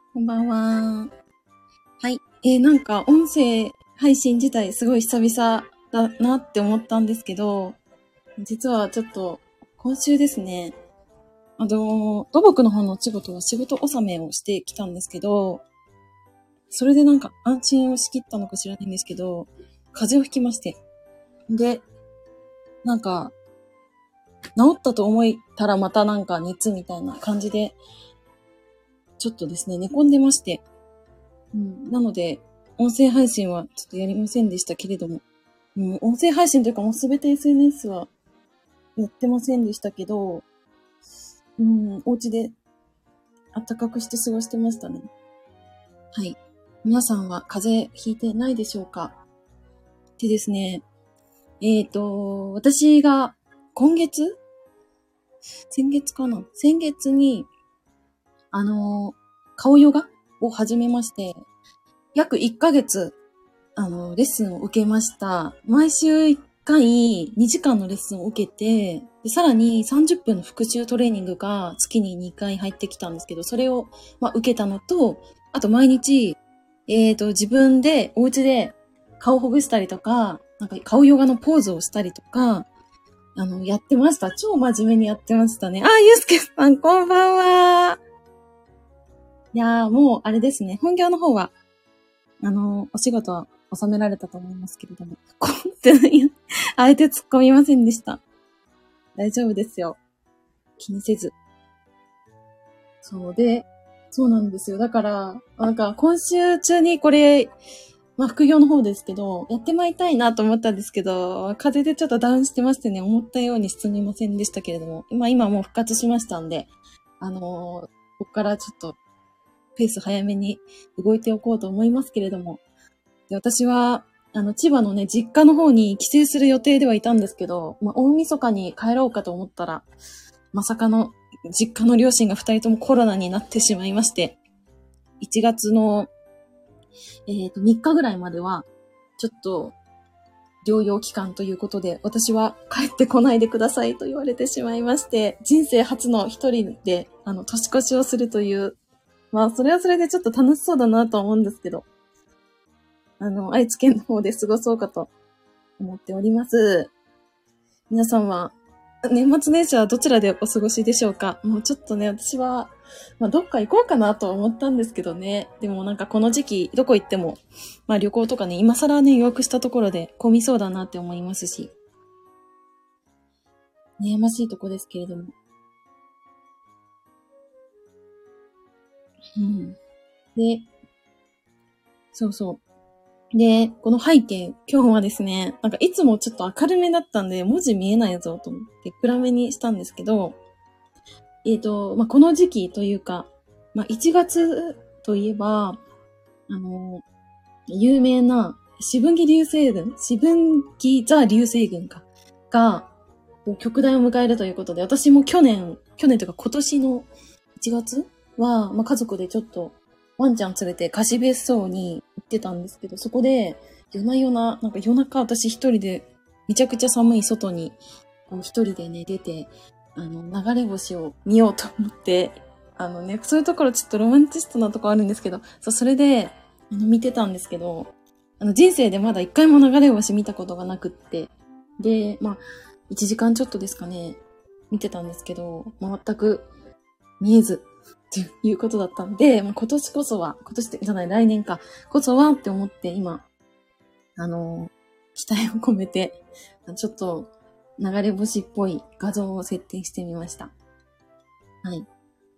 こんばんは。はい。なんか音声配信自体すごい久々だなって思ったんですけど、実はちょっと今週ですね、土木の方の仕事納めをしてきたんですけど、それでなんか安心をしきったのか知らないんですけど、風邪をひきまして。で、なんか、治ったと思ったらまたなんか熱みたいな感じで、ちょっとですね、寝込んでまして。なので、音声配信はちょっとやりませんでしたけれども、音声配信というかもうすべて SNS はやってませんでしたけど、お家で暖かくして過ごしてましたね。はい。皆さんは風邪ひいてないでしょうか？でですね、私が先月に、顔ヨガを始めまして、約1ヶ月、レッスンを受けました。毎週1回2時間のレッスンを受けて、でさらに30分の復習トレーニングが月に2回入ってきたんですけど、それを、受けたのと、あと毎日、自分でお家で顔ほぐしたりとか、なんか顔ヨガのポーズをしたりとか、やってました。超真面目にやってましたね。ゆうすけさん、こんばんは。いやー、もう、あれですね。本業の方は、お仕事は収められたと思いますけれども。こんってあえて突っ込みませんでした。大丈夫ですよ。気にせず。そうなんですよ。だから、なんか今週中にこれ、副業の方ですけど、やってまいりたいなと思ったんですけど、風邪でちょっとダウンしてましてね、思ったように進みませんでしたけれども、今もう復活しましたんで、ここからちょっと、ペース早めに動いておこうと思いますけれども、で私は、千葉のね、実家の方に帰省する予定ではいたんですけど、大晦日に帰ろうかと思ったら、まさかの実家の両親が2人ともコロナになってしまいまして、1月の、3日ぐらいまでは、ちょっと、療養期間ということで、私は帰ってこないでくださいと言われてしまいまして、人生初の一人で、年越しをするという、それはそれでちょっと楽しそうだなと思うんですけど、愛知県の方で過ごそうかと思っております。皆さんは、年末年始はどちらでお過ごしでしょうか？もうちょっとね、私は、どっか行こうかなと思ったんですけどね。でもなんかこの時期、どこ行っても、旅行とかね、今更ね、予約したところで混みそうだなって思いますし。悩ましいとこですけれども。で、そうそう。で、この背景、今日はですね、なんかいつもちょっと明るめだったんで、文字見えないぞと思って暗めにしたんですけど、この時期というか、1月といえば、有名な四分岐流星群、四分岐ザ流星群が、極大を迎えるということで、私も去年というか今年の1月は、家族でちょっとワンちゃん連れて貸別荘に行ってたんですけど、そこで夜中私一人でめちゃくちゃ寒い外に一人でね出て、流れ星を見ようと思って、そういうところちょっとロマンチストなとこあるんですけど、それで、見てたんですけど、人生でまだ一回も流れ星見たことがなくって、で、1時間ちょっとですかね、見てたんですけど、全く見えず、ということだったんで、今年じゃない、来年か、こそはって思って今、期待を込めて、ちょっと流れ星っぽい画像を設定してみました。はい。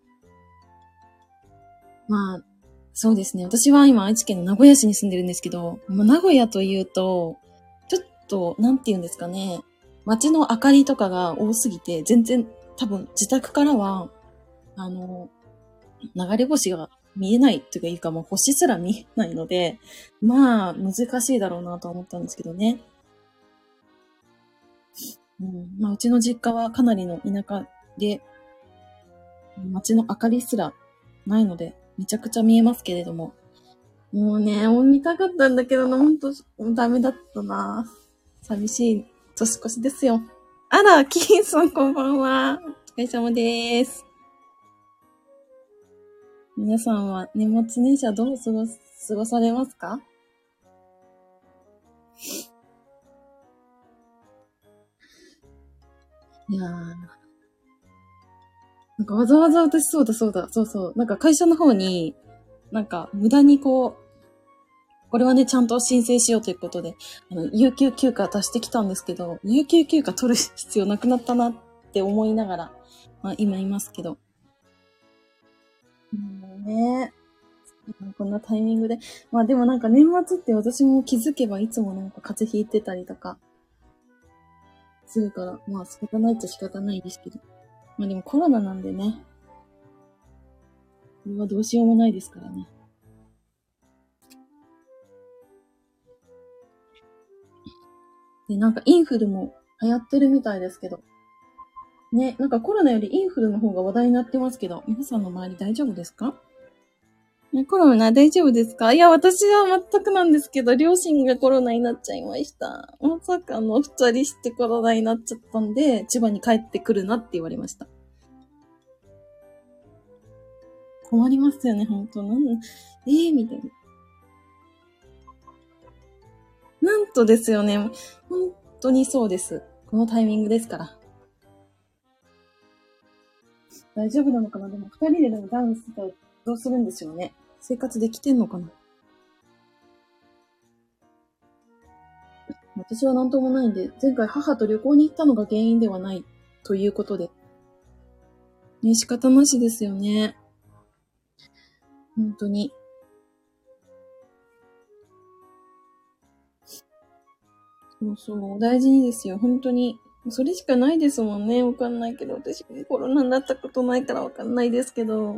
そうですね。私は今愛知県の名古屋市に住んでるんですけど、名古屋というと、ちょっと、なんて言うんですかね。街の明かりとかが多すぎて、全然多分自宅からは、流れ星が見えないというか、もう星すら見えないので、難しいだろうなと思ったんですけどね。うちの実家はかなりの田舎で、街の明かりすらないので、めちゃくちゃ見えますけれども。もうね、見たかったんだけどな、ほんと、ダメだったな。寂しい年越しですよ。あら、キーンさんこんばんは。お疲れ様です。 皆さんは年末年始はどう過ごされますか？いやー、なんかわざわざ私そう。なんか会社の方に、なんか無駄にこれはね、ちゃんと申請しようということで、有給休暇出してきたんですけど、有給休暇取る必要なくなったなって思いながら、まあ今いますけど。ねこんなタイミングで。まあでもなんか年末って私も気づけばいつもなんか風邪ひいてたりとかするから、まあ仕方ないっちゃ仕方ないですけど。まあでもコロナなんでね、これはどうしようもないですからね。で、なんかインフルも流行ってるみたいですけど。ね、なんかコロナよりインフルの方が話題になってますけど、皆さんの周り大丈夫ですか？ね、コロナ大丈夫ですか？いや、私は全くなんですけど、両親がコロナになっちゃいました。まさか二人してコロナになっちゃったんで、千葉に帰ってくるなって言われました。困りますよね、ほんと。みたいな。なんとですよね。本当にそうです。このタイミングですから。大丈夫なのかな？でも二人ででもダウンしてたらどうするんですよね。生活できてんのかな？私は何ともないんで、前回母と旅行に行ったのが原因ではないということで。ね、仕方なしですよね。本当に。そう、大事にですよ。本当に。それしかないですもんね。わかんないけど。私、コロナになったことないからわかんないですけど。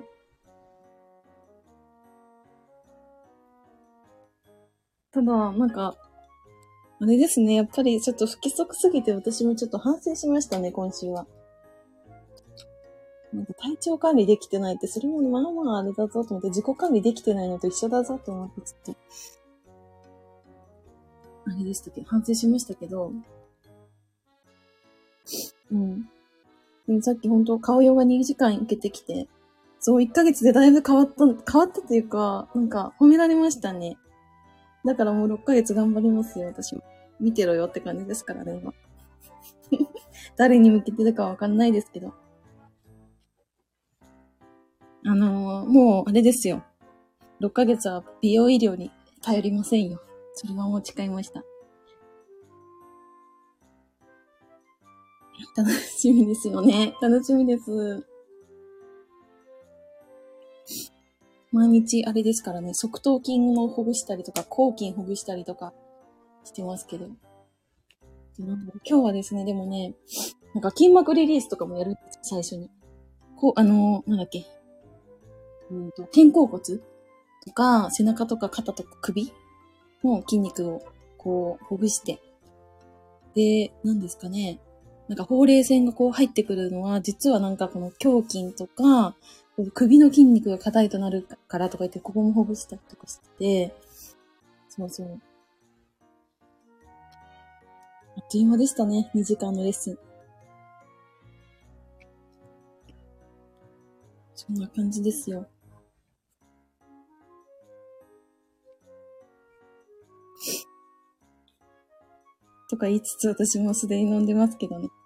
ただ、なんか、あれですね。やっぱりちょっと不規則すぎて私もちょっと反省しましたね、今週は。なんか体調管理できてないって、それもまあまああれだぞと思って、自己管理できてないのと一緒だぞと思って、ちょっと、あれでしたけど、反省しましたけど、うん。でもさっき本当顔ヨガ2時間受けてきて、そう、1ヶ月でだいぶ変わったというか、なんか褒められましたね。だからもう6ヶ月頑張りますよ、私も。見てろよって感じですからね、今。誰に向けてるかわかんないですけど。もう、あれですよ。6ヶ月は美容医療に頼りませんよ。それはもう誓いました。楽しみですよね。楽しみです。毎日あれですからね、側頭筋をほぐしたりとか、後筋ほぐしたりとかしてますけど。今日はですね、でもね、なんか筋膜リリースとかもやるんですよ、最初に。なんだっけ、肩甲骨とか、背中とか肩とか首の筋肉をほぐして、で、何ですかね。なんか、ほうれい線が入ってくるのは、実はなんかこの胸筋とか、首の筋肉が硬いとなるからとか言って、ここもほぐしたりとかしてて、そうそう。あっという間でしたね、2時間のレッスン。そんな感じですよ。とか言いつつ、私もすでに飲んでますけどね。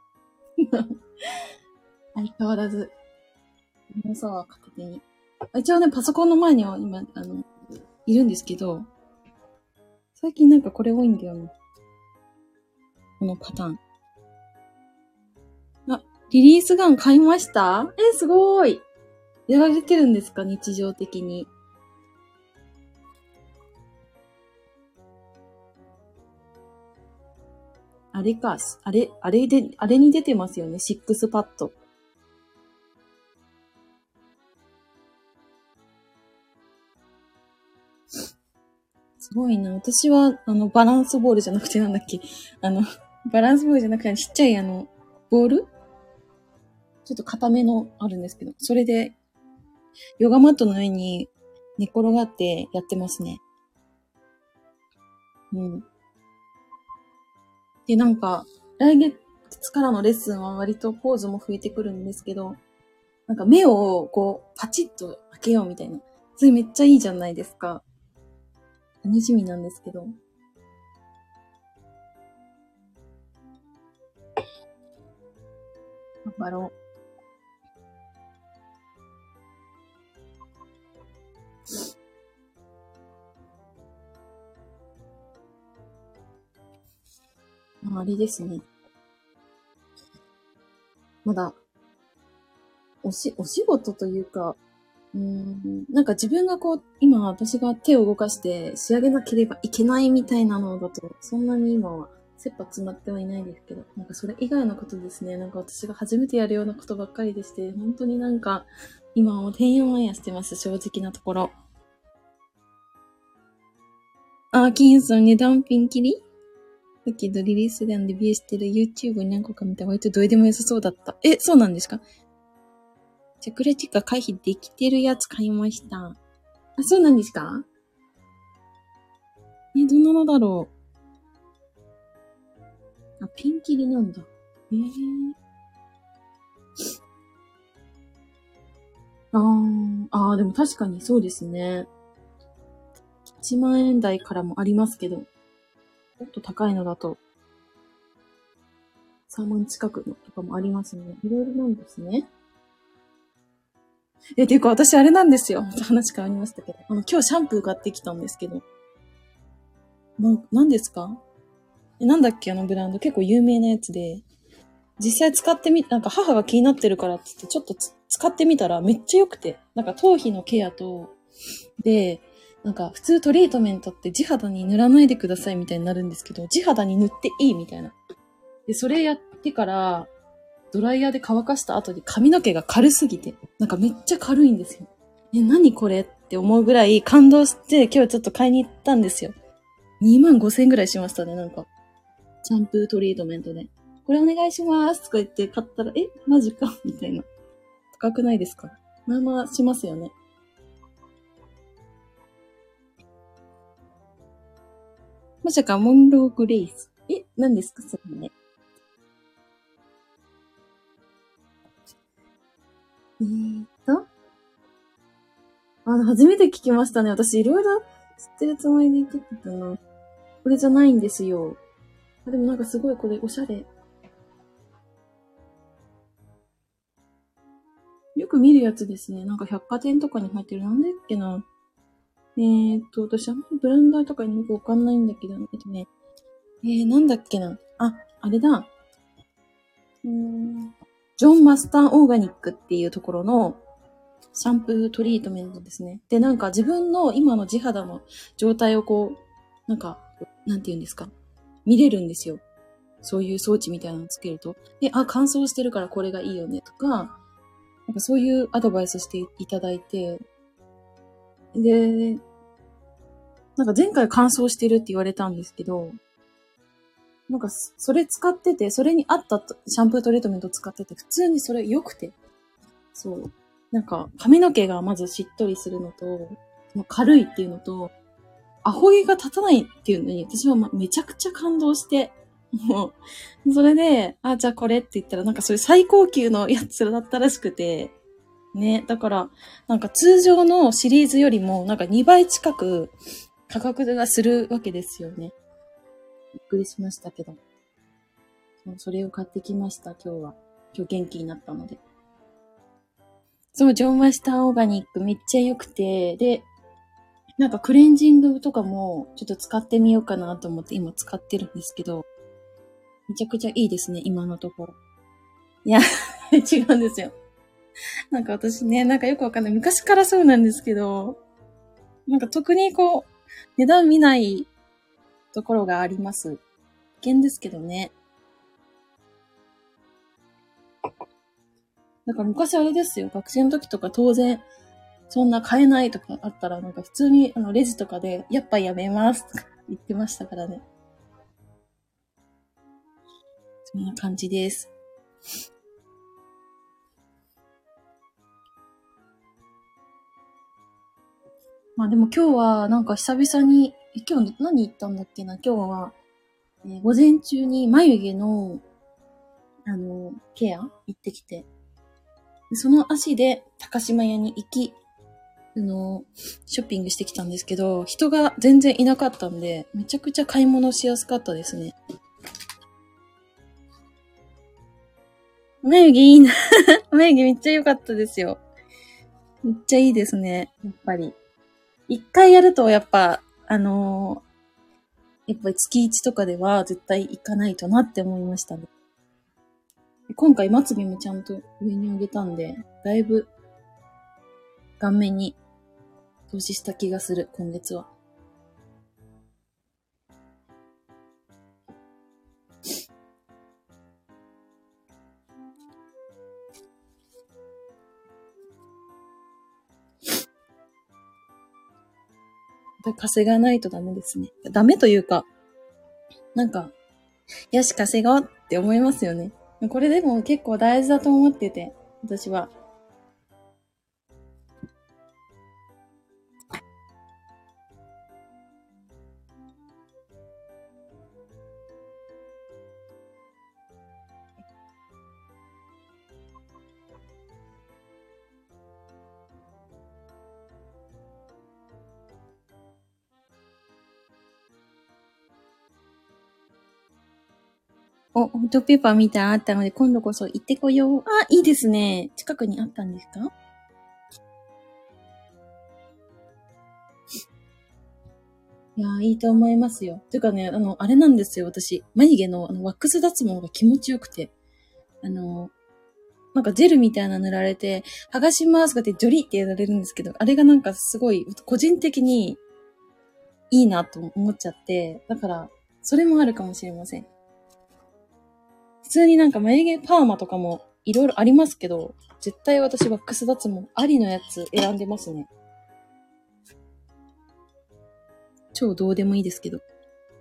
相変わらず、もうさ、片手に。一応ね、パソコンの前には今、いるんですけど、最近なんかこれ多いんだよね。このパターン。あ、リリースガン買いました？すごーい。やられてるんですか？日常的に。あれか、あれに出てますよね。シックスパッド。すごいな。私は、バランスボールじゃなくてなんだっけ。あの、バランスボールじゃなくて、ちっちゃいボールちょっと硬めのあるんですけど、それで、ヨガマットの上に寝転がってやってますね。うん。で、なんか、来月からのレッスンは割とポーズも増えてくるんですけど、 なんか目をこう、パチッと開けようみたいな。それめっちゃいいじゃないですか。楽しみなんですけど。頑張ろう。あれですね。まだ、お仕事というか、なんか自分がこう、今私が手を動かして仕上げなければいけないみたいなのだと、そんなに今は切羽詰まってはいないですけど、なんかそれ以外のことですね。なんか私が初めてやるようなことばっかりでして、本当になんか、今はてんやわんやしてます、正直なところ。あ、金さんね、断品切りだけどリリースでデビューしてる YouTube に何個か見た割とどれでも良さそうだった。そうなんですか？チャクラチカ回避できてるやつ買いました。あ、そうなんですか？どんなのだろう。あ、ピンキリなんだ。でも確かにそうですね。1万円台からもありますけど、もっと高いのだと、3万近くのとかもありますね。いろいろなんですね。ていうか私あれなんですよ。話変わりましたけど。今日シャンプー買ってきたんですけど。何ですか？なんだっけあのブランド。結構有名なやつで。実際使ってなんか母が気になってるからって言って、ちょっと使ってみたらめっちゃ良くて。なんか頭皮のケアと、で、なんか普通トリートメントって地肌に塗らないでくださいみたいになるんですけど、地肌に塗っていいみたいな。で、それやってから、ドライヤーで乾かした後に髪の毛が軽すぎて、なんかめっちゃ軽いんですよ。何これって思うぐらい感動して、今日ちょっと買いに行ったんですよ。25,000円ぐらいしましたね、なんか。シャンプートリートメントで。これお願いしますとか言って買ったら、マジかみたいな。高くないですか？まあまあしますよね。まさかモンローグレイス。何ですかそれね。初めて聞きましたね。私いろいろ知ってるつもりで言ってたな。これじゃないんですよ。でもなんかすごいこれおしゃれ。よく見るやつですね。なんか百貨店とかに入ってる。なんだっけな。私あんまりブランダーとかによくわかんないんだけど、なんだっけな。あれだ。ジョンマスターオーガニックっていうところのシャンプートリートメントですね。で、なんか自分の今の地肌の状態をこう、なんか、なんて言うんですか。見れるんですよ。そういう装置みたいなのをつけると。で、乾燥してるからこれがいいよねとか、なんかそういうアドバイスしていただいて、で、なんか前回乾燥してるって言われたんですけど、なんかそれ使ってて、それに合ったシャンプートリートメント使ってて、普通にそれ良くて。そう。なんか髪の毛がまずしっとりするのと、軽いっていうのと、アホ毛が立たないっていうのに、私はめちゃくちゃ感動して、もう、それで、じゃあこれって言ったら、なんかそれ最高級のやつだったらしくて、ね、だから、なんか通常のシリーズよりも、なんか2倍近く価格がするわけですよね。びっくりしましたけど。それを買ってきました、今日は。今日元気になったので。そう、ジョンマスターオーガニックめっちゃ良くて、で、なんかクレンジングとかもちょっと使ってみようかなと思って今使ってるんですけど、めちゃくちゃいいですね、今のところ。いや、違うんですよ。なんか私ね、なんかよくわかんない。昔からそうなんですけど、なんか特にこう、値段見ないところがあります。危険ですけどね。だから昔あれですよ。学生の時とか当然、そんな買えないとかあったら、なんか普通にレジとかで、やっぱやめますとか言ってましたからね。そんな感じです。まあでも今日はなんか久々に、今日何言ったんだっけな。今日は、午前中に眉毛の、ケア行ってきて。 その足で高島屋に行き、ショッピングしてきたんですけど、人が全然いなかったんで、めちゃくちゃ買い物しやすかったですね。眉毛いいな。眉毛めっちゃ良かったですよ。めっちゃいいですね。やっぱり。一回やると、やっぱ、やっぱり月1とかでは絶対行かないとなって思いましたね。今回、まつげもちゃんと上に上げたんで、だいぶ、顔面に投資した気がする、今月は。稼がないとダメですね。ダメというか、なんか、よし、稼ごうって思いますよね。これでも結構大事だと思ってて、私は。ホットペーパーみたいなのあったので、今度こそ行ってこよう。あ、いいですね。近くにあったんですか？いやー、いいと思いますよ。てかね、あれなんですよ、私。眉毛の、ワックス脱毛が気持ちよくて。なんかジェルみたいな塗られて、剥がしますとかってジョリってやられるんですけど、あれがなんかすごい、個人的にいいなと思っちゃって、だから、それもあるかもしれません。普通になんか眉毛パーマとかもいろいろありますけど、絶対私ワックス脱毛ありのやつ選んでますね。超どうでもいいですけど。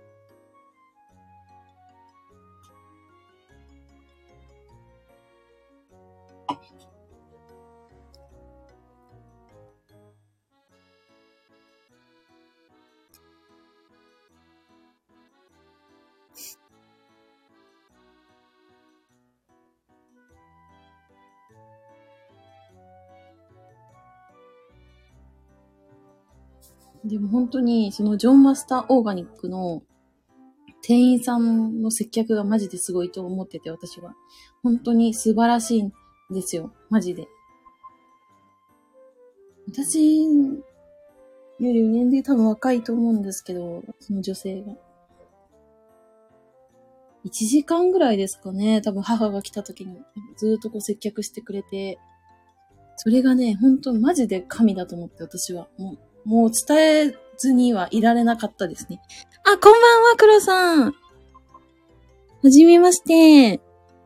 でも本当に、そのジョンマスターオーガニックの店員さんの接客がマジですごいと思ってて、私は。本当に素晴らしいんですよ。マジで。私より年齢多分若いと思うんですけど、その女性が。1時間ぐらいですかね。多分母が来た時にずっとこう接客してくれて。それがね、本当マジで神だと思って私は。もう伝えずにはいられなかったですね。あ、こんばんは、黒さん。はじめまして。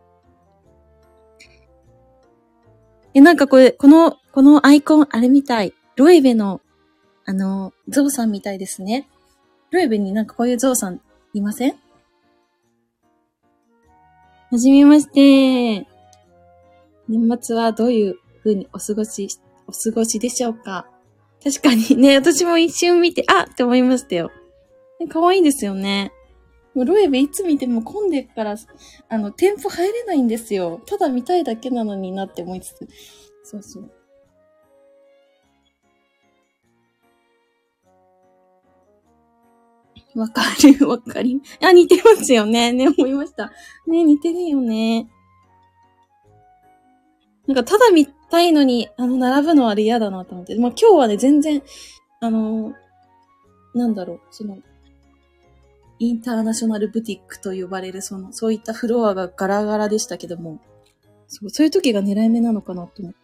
なんかこれ、このアイコン、あれみたい。ロエベの、ゾウさんみたいですね。ロエベになんかこういうゾウさんいません？はじめまして。年末はどういう風にお過ごしでしょうか？確かにね、私も一瞬見て、あって思いましたよ。可愛いですよね。ロエベいつ見ても混んでるから、店舗入れないんですよ。ただ見たいだけなのになって思いつつ。そうそう。わかる、わかり。あ、似てますよね。ね、思いました。ね、似てるよね。なんか、ただ見たいのに、並ぶのはあれ嫌だなと思って。まあ、今日はね、全然、なんだろう、インターナショナルブティックと呼ばれる、そういったフロアがガラガラでしたけども、そういう時が狙い目なのかなと思って。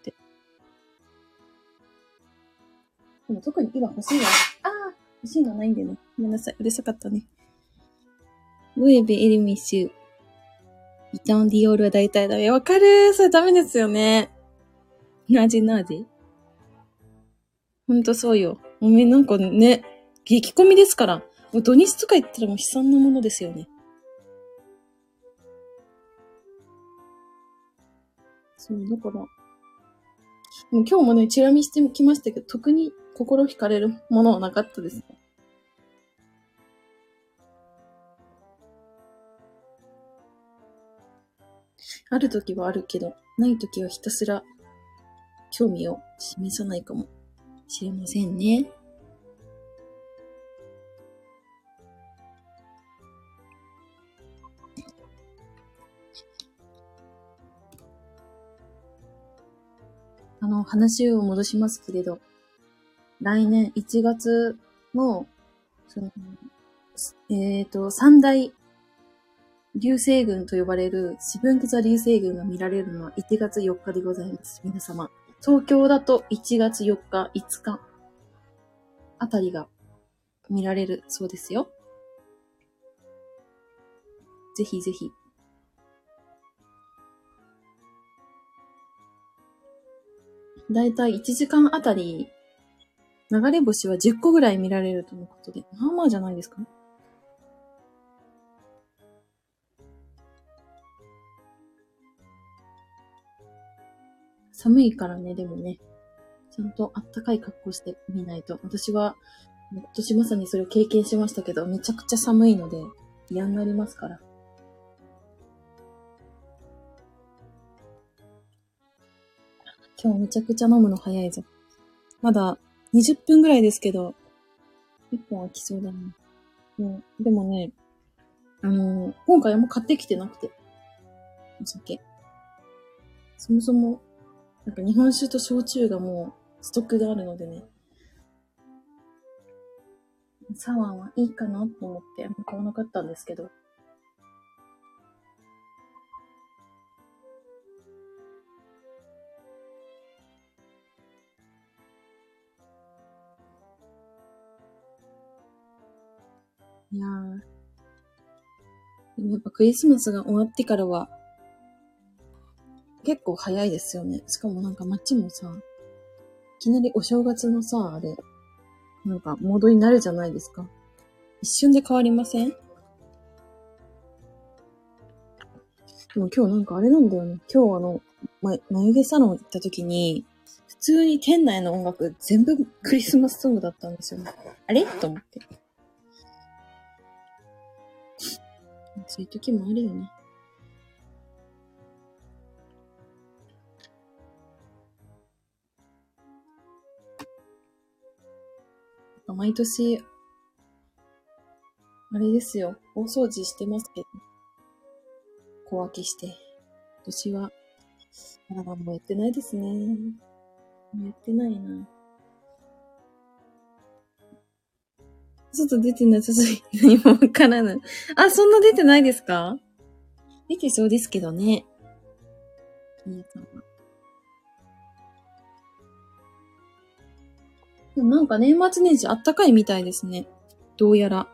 でも特に今欲しいのは、欲しいのはないんでね。ごめんなさい。うるさかったね。ウェーベ・エルミッシュ。ビタン・ディオールは大体ダメ。わかる。それダメですよね。なぜほんとそうよ。おめなんかね、激コミですから。もう土日とか行ったらもう悲惨なものですよね。そう、だから。もう今日もね、チラ見してきましたけど、特に心惹かれるものはなかったですね。ある時はあるけど、ない時はひたすら興味を示さないかもしれませんね。話を戻しますけれど、来年1月の、三大流星群と呼ばれる四分座流星群が見られるのは1月4日でございます。皆様。東京だと1月4日、5日あたりが見られるそうですよ。ぜひぜひ。だいたい1時間あたり流れ星は10個ぐらい見られるとのことで、まあまあじゃないですか。寒いからね、でもね、ちゃんとあったかい格好してみないと。私は今年まさにそれを経験しましたけど、めちゃくちゃ寒いので嫌になりますから。今日めちゃくちゃ飲むの早いぞ。まだ20分ぐらいですけど、1本は来そうだな。でもね、今回も買ってきてなくて、お酒。そもそも、なんか日本酒と焼酎がもうストックがあるのでね、サワーはいいかなと思って買わなかったんですけど、いやー、でもやっぱクリスマスが終わってからは結構早いですよね。しかもなんか街もさ、いきなりお正月のさ、あれ、なんかモードになるじゃないですか。一瞬で変わりません？でも今日なんかあれなんだよね。今日眉毛サロン行った時に、普通に店内の音楽全部クリスマスソングだったんですよね。あれと思って。そういう時もあるよね。毎年、あれですよ。大掃除してますけど。小分けして。今年は、まだもうやってないですね。もうやってないな。外出てなさすぎ何もわからない。あ、そんな出てないですか？出てそうですけどね。皆さんは。でもなんか年末年始あったかいみたいですね。どうやら。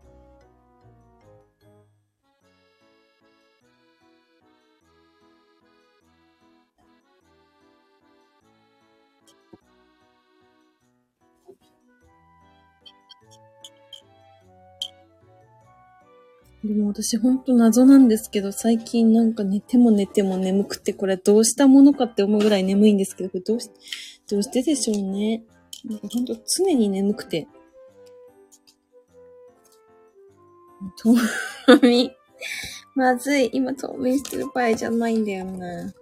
でも私ほんと謎なんですけど、最近なんか寝ても寝ても眠くて、これどうしたものかって思うぐらい眠いんですけど、これどうしてでしょうね。なんかほんと常に眠くて。冬眠。まずい。今冬眠してる場合じゃないんだよな。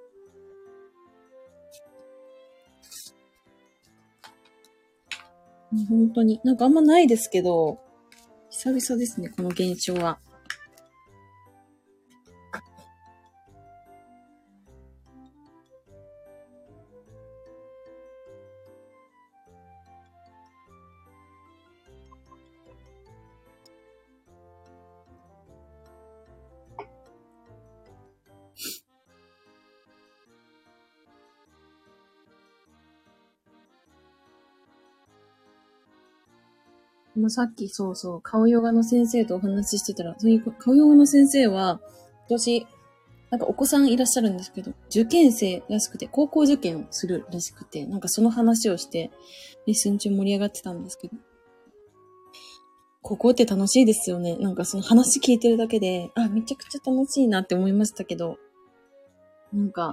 本当に。なんかあんまないですけど、久々ですね、この現象は。さっきそうそう、顔ヨガの先生とお話ししてたら、そういう顔ヨガの先生は、私、なんかお子さんいらっしゃるんですけど、受験生らしくて、高校受験をするらしくて、なんかその話をして、レッスン中盛り上がってたんですけど、高校って楽しいですよね。なんかその話聞いてるだけで、あ、めちゃくちゃ楽しいなって思いましたけど、なんか、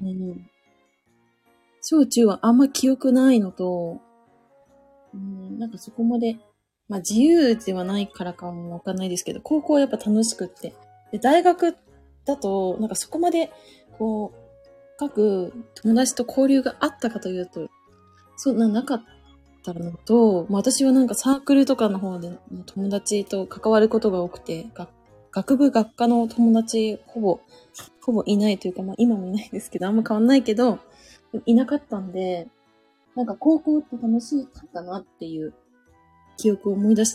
小中はあんま記憶ないのと、なんかそこまで、まあ自由ではないからかもわかんないですけど、高校はやっぱ楽しくって。で、大学だと、なんかそこまで、こう、 深く友達と交流があったかというと、そんななかったのと、私はなんかサークルとかの方で友達と関わることが多くて、学部学科の友達ほぼいないというか、今もいないですけど、あんま変わんないけど、いなかったんで、なんか高校って楽しかったなっていう記憶を思い出して。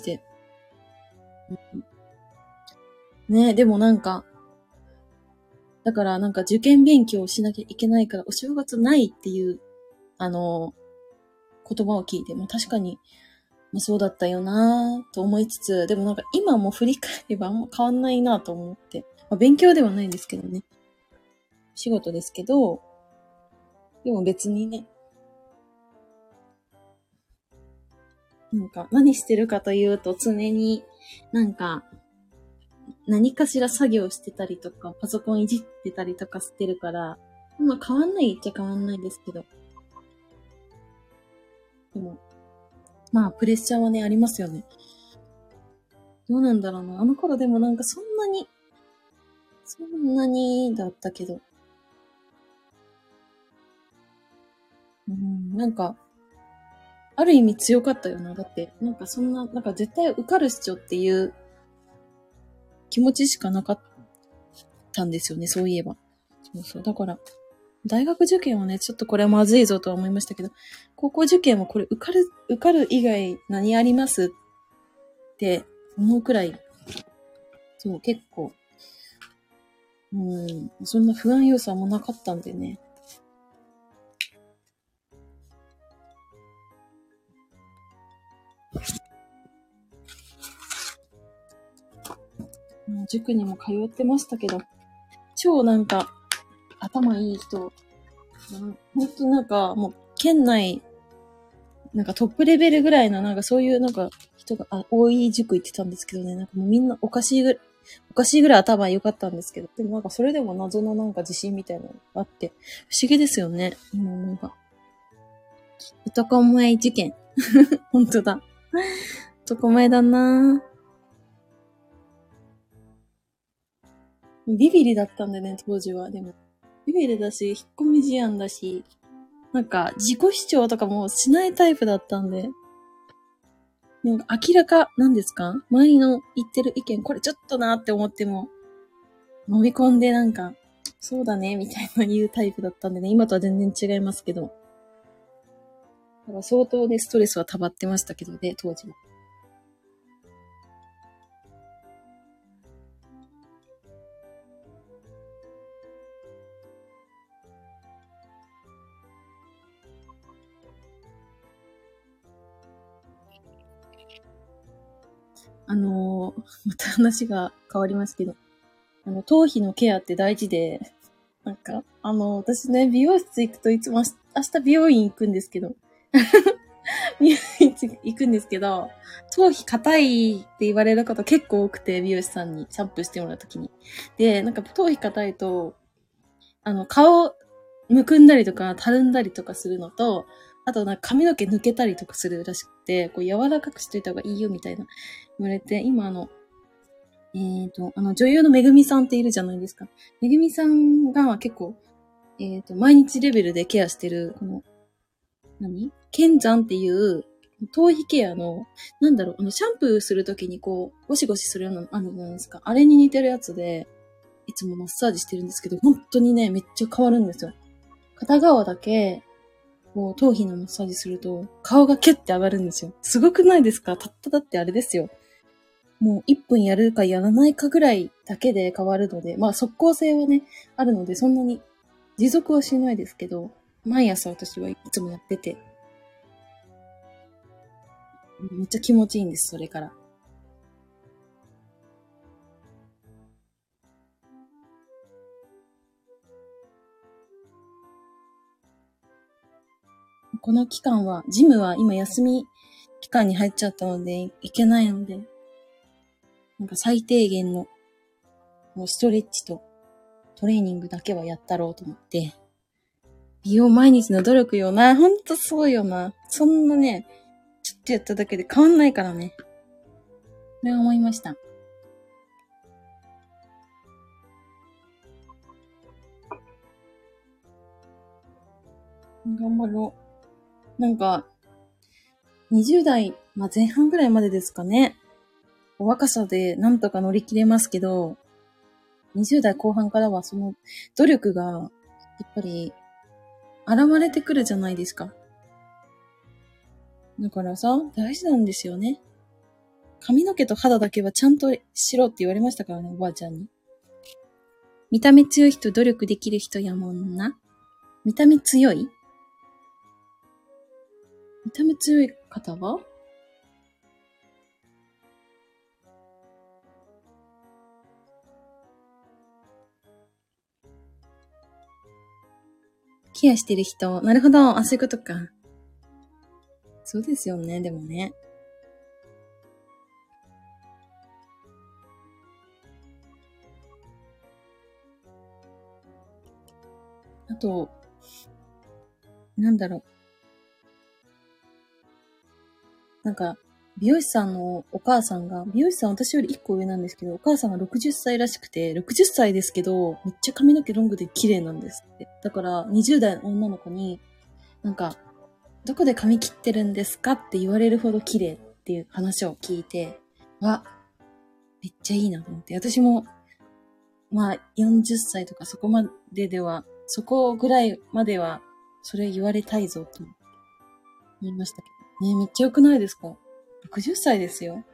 ね、でもなんか、だからなんか受験勉強をしなきゃいけないからお正月ないっていう、言葉を聞いて、確かに、そうだったよなぁと思いつつ、でもなんか今も振り返ればあんま変わんないなと思って。勉強ではないんですけどね。仕事ですけど、でも別にね、なんか何してるかというと常になんか何かしら作業してたりとか、パソコンいじってたりとかしてるから、変わんないっちゃ変わんないですけど。でも、プレッシャーはね、ありますよね。どうなんだろうな。あの頃でもなんかそんなにだったけど。なんか、ある意味強かったよな。だって、なんかそんな、なんか絶対受かるっしょっていう気持ちしかなかったんですよね、そういえば。そう。だから、大学受験はね、ちょっとこれはまずいぞとは思いましたけど、高校受験はこれ受かる以外何ありますって思うくらい、そう、結構、そんな不安要素はもうなかったんでね。塾にも通ってましたけど、超なんか、頭いい人、ほんとなんか、もう、県内、なんかトップレベルぐらいの、なんかそういうなんか人が多い塾行ってたんですけどね、なんかもうみんなおかしいぐらい頭良かったんですけど、でもなんかそれでも謎のなんか自信みたいなのがあって、不思議ですよね、今思えば。男前受験。ほんとだ。男前だなぁ。ビビリだったんだね、当時は。でも、ビビリだし、引っ込み思案だし、なんか自己主張とかもしないタイプだったんで、なんか明らかなんですか周りの言ってる意見、これちょっとなって思っても、飲み込んでなんか、そうだね、みたいな言うタイプだったんでね、今とは全然違いますけど。だから相当ね、ストレスは溜まってましたけどね、当時は。また話が変わりますけど、頭皮のケアって大事で、なんか、私ね、美容室行くといつも明日美容院行くんですけど、美容院行くんですけど、頭皮硬いって言われること結構多くて、美容師さんにシャンプーしてもらうときに。で、なんか頭皮硬いと、顔むくんだりとか、たるんだりとかするのと、あとなんか髪の毛抜けたりとかするらしくて、こう柔らかくしといた方がいいよみたいな言われて、今女優のめぐみさんっているじゃないですか。めぐみさんが結構、毎日レベルでケアしてる、この、剣山っていう、頭皮ケアの、シャンプーするときにこう、ゴシゴシするようなのあるじゃないですか。あれに似てるやつで、いつもマッサージしてるんですけど、本当にね、めっちゃ変わるんですよ。片側だけ、こう、頭皮のマッサージすると、顔がキュッて上がるんですよ。すごくないですか？だってあれですよ。もう1分やるかやらないかぐらいだけで変わるので、即効性はね、あるので、そんなに持続はしないですけど、毎朝私はいつもやってて、めっちゃ気持ちいいんです、それから。この期間は、ジムは今休み期間に入っちゃったので、行けないので、なんか最低限のもうストレッチとトレーニングだけはやったろうと思って、美容毎日の努力よな。ほんとそうよな。そんなね、ちょっとやっただけで変わんないからね。これは思いました。 頑張ろう。なんか、20代、前半ぐらいまでですかね。お若さでなんとか乗り切れますけど、20代後半からはその努力が、やっぱり、現れてくるじゃないですか。だからさ、大事なんですよね。髪の毛と肌だけはちゃんとしろって言われましたからね、おばあちゃんに。見た目強い人、努力できる人やもんな。見た目強い？見た目強い方はケアしてる人。なるほど。あ、そういうことか。そうですよね、でもね。あと、なんだろう。なんか、美容師さんのお母さんが、美容師さん私より1個上なんですけど、お母さんが60歳らしくて、60歳ですけど、めっちゃ髪の毛ロングで綺麗なんですって。だから、20代の女の子に、なんか、どこで髪切ってるんですかって言われるほど綺麗っていう話を聞いて、わ、めっちゃいいなと思って。私も、40歳とかそこまででは、そこぐらいまでは、それ言われたいぞと言いましたけど。ね、めっちゃ良くないですか？ 60 歳ですよ。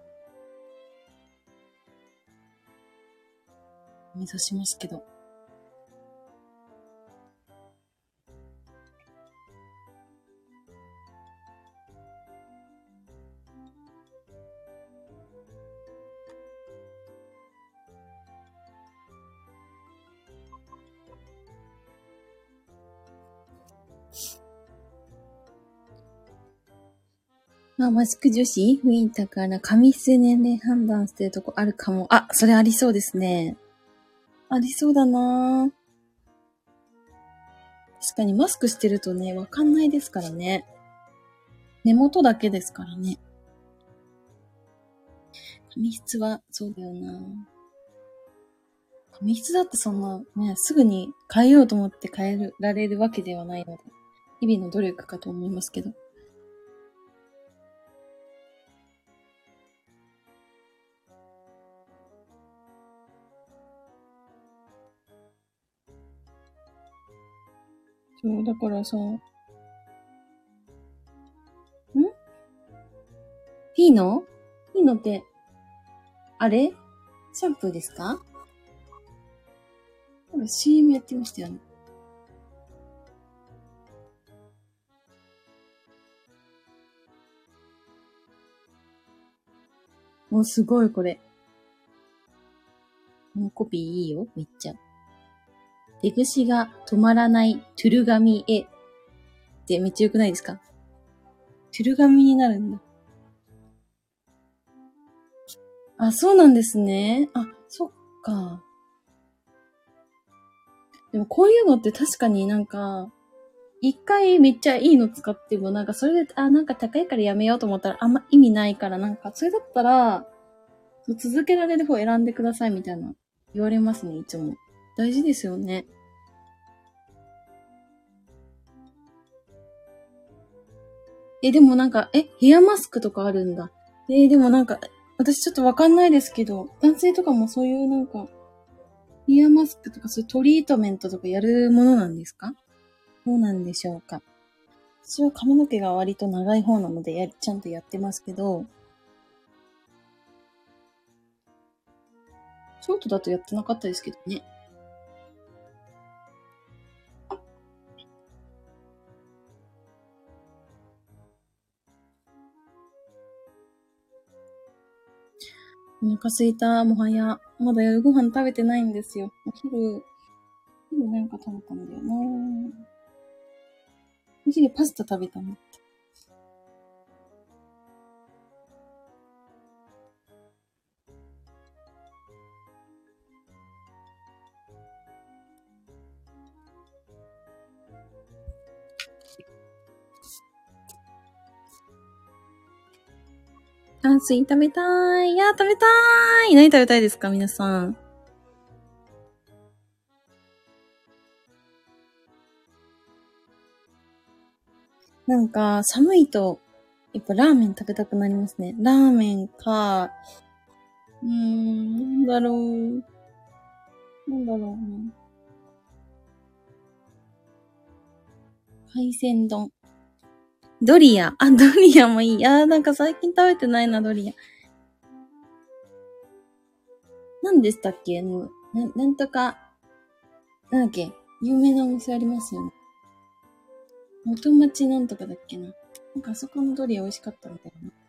目指しますけど。マスク女子雰囲気だから髪質年齢判断してるとこあるかも。あ、それありそうですね。ありそうだなぁ。確かにマスクしてるとね、わかんないですからね。根元だけですからね。髪質は、そうだよな。髪質だってそんな、ね、すぐに変えようと思って変えられるわけではないので、日々の努力かと思いますけど。そう、だからさ、ピーノピーノって、あれシャンプーですか？なんか CM やってましたよね。もうすごいこれ。もうコピーいいよ、めっちゃ。出口が止まらないトゥルガミへってめっちゃ良くないですか？トゥルガミになるんだ。あ、そうなんですね。あ、そっか。でもこういうのって確かになんか、一回めっちゃいいの使ってもなんかそれで、なんか高いからやめようと思ったらあんま意味ないからなんか、それだったら、続けられる方選んでくださいみたいな言われますね、いつも。大事ですよね。でもなんか、ヘアマスクとかあるんだ。でもなんか、私ちょっとわかんないですけど、男性とかもそういうなんか、ヘアマスクとかそういうトリートメントとかやるものなんですか？どうなんでしょうか。私は髪の毛が割と長い方なのでちゃんとやってますけど、ショートだとやってなかったですけどね。お腹すいた、もはや。まだ夜ご飯食べてないんですよ。昼なんか食べたんだよな。お昼パスタ食べたの。炭水食べたーい。いやー、食べたーい。何食べたいですか、皆さん。 なんか、寒いと、やっぱラーメン食べたくなりますね。ラーメンか、なんだろう。なんだろうな。海鮮丼。ドリア。あ、ドリアもいい。なんか最近食べてないな、ドリア。何でしたっけなんとか、なんだっけ有名なお店ありますよね。元町なんとかだっけな。なんかあそこのドリア美味しかったみたいな。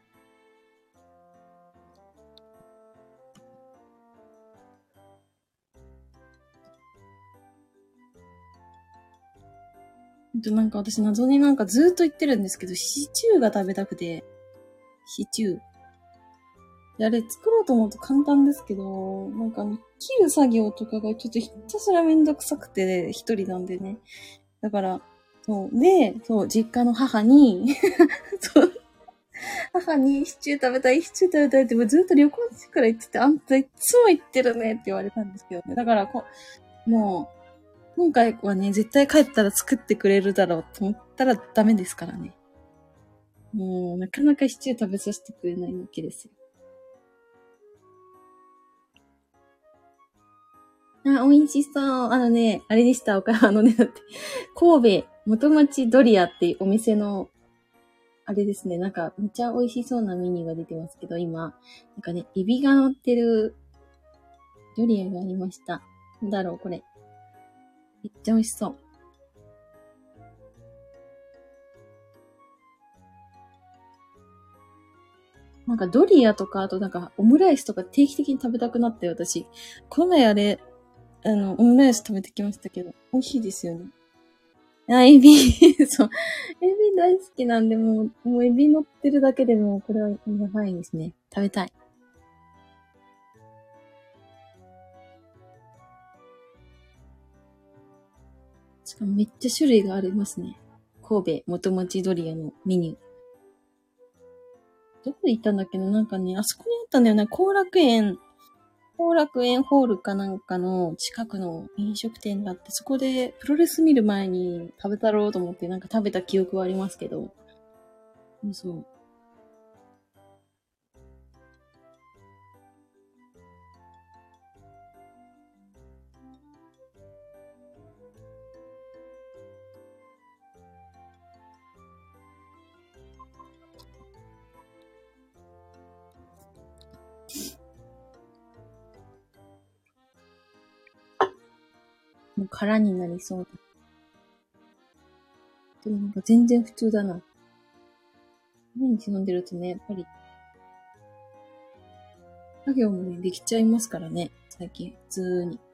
なんか私謎になんかずーっと言ってるんですけど、シチューが食べたくて、シチュー。であれ作ろうと思うと簡単ですけど、なんか切る作業とかがちょっとひたすらめんどくさくて、一人なんでね。だから、実家の母にそう、母にシチュー食べたい、シチュー食べたいってずっと旅行中から言ってて、あんたいつも言ってるねって言われたんですけどね。だからもう、今回はね、絶対帰ったら作ってくれるだろうと思ったらダメですからね。もう、なかなかシチュー食べさせてくれないわけですよ。美味しそう。あれでした。だって、神戸元町ドリアっていうお店の、あれですね、なんか、めっちゃ美味しそうなメニューが出てますけど、今、なんかね、エビが乗ってるドリアがありました。なんだろう、これ。めっちゃ美味しそう。なんかドリアとか、あとなんかオムライスとか定期的に食べたくなって私。この前あれ、オムライス食べてきましたけど、美味しいですよね。エビ、そう。エビ大好きなんで、もうエビ乗ってるだけでもこれはやばいですね。食べたい。しかもめっちゃ種類がありますね。神戸元町ドリアのメニュー。どこで行ったんだっけな、なんかね、あそこにあったんだよね。後楽園ホールかなんかの近くの飲食店があって、そこでプロレス見る前に食べたろうと思ってなんか食べた記憶はありますけど。そう。もう空になりそうだ。でもなんか全然普通だな。毎日飲んでるとね、やっぱり、作業もね、できちゃいますからね。最近、普通に。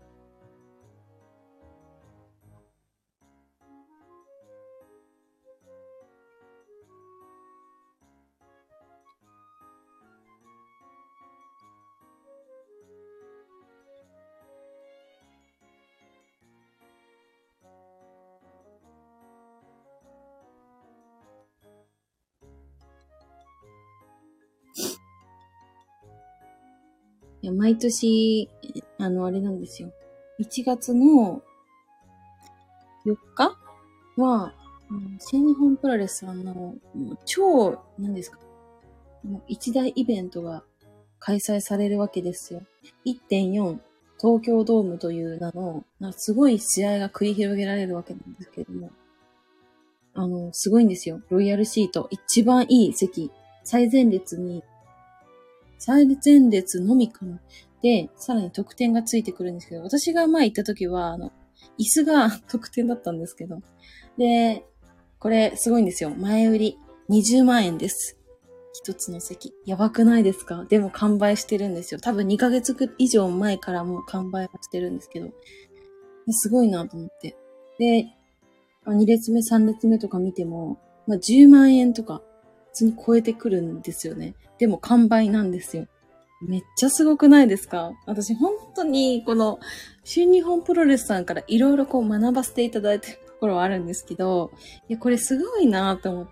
いや、毎年、あれなんですよ。1月の4日は、新日本プロレスさんの、もう超、何ですか、もう一大イベントが開催されるわけですよ。1.4 東京ドームという名の、すごい試合が繰り広げられるわけなんですけれども、すごいんですよ。ロイヤルシート。一番いい席。最前列に、最前列のみかな。で、さらに特典がついてくるんですけど、私が前行った時は、椅子が特典だったんですけど。で、これ、すごいんですよ。前売り。20万円です。一つの席。やばくないですか？でも完売してるんですよ。多分2ヶ月以上前からもう完売はしてるんですけど。すごいなと思って。で、2列目、3列目とか見ても、10万円とか、普通に超えてくるんですよね。でも完売なんですよ。めっちゃすごくないですか？私本当にこの新日本プロレスさんからいろいろこう学ばせていただいてるところはあるんですけど、いや、これすごいなと思って。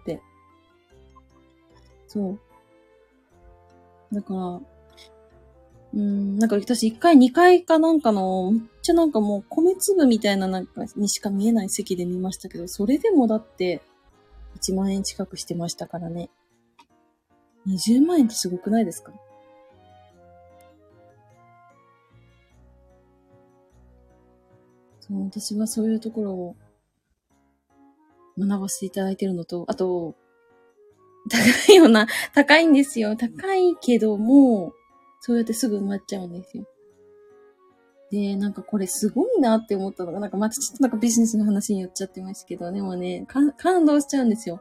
そう。だから、なんか私1回2回かなんかの、めっちゃなんかもう米粒みたいななんかにしか見えない席で見ましたけど、それでもだって 1万円近くしてましたからね。20万円ってすごくないですか？そう、私はそういうところを学ばせていただいてるのと、あと、高いよな。高いんですよ。高いけども、そうやってすぐ埋まっちゃうんですよ。で、なんかこれすごいなって思ったのが、なんかまたちょっとなんかビジネスの話に寄っちゃってますけど、でもね、感動しちゃうんですよ。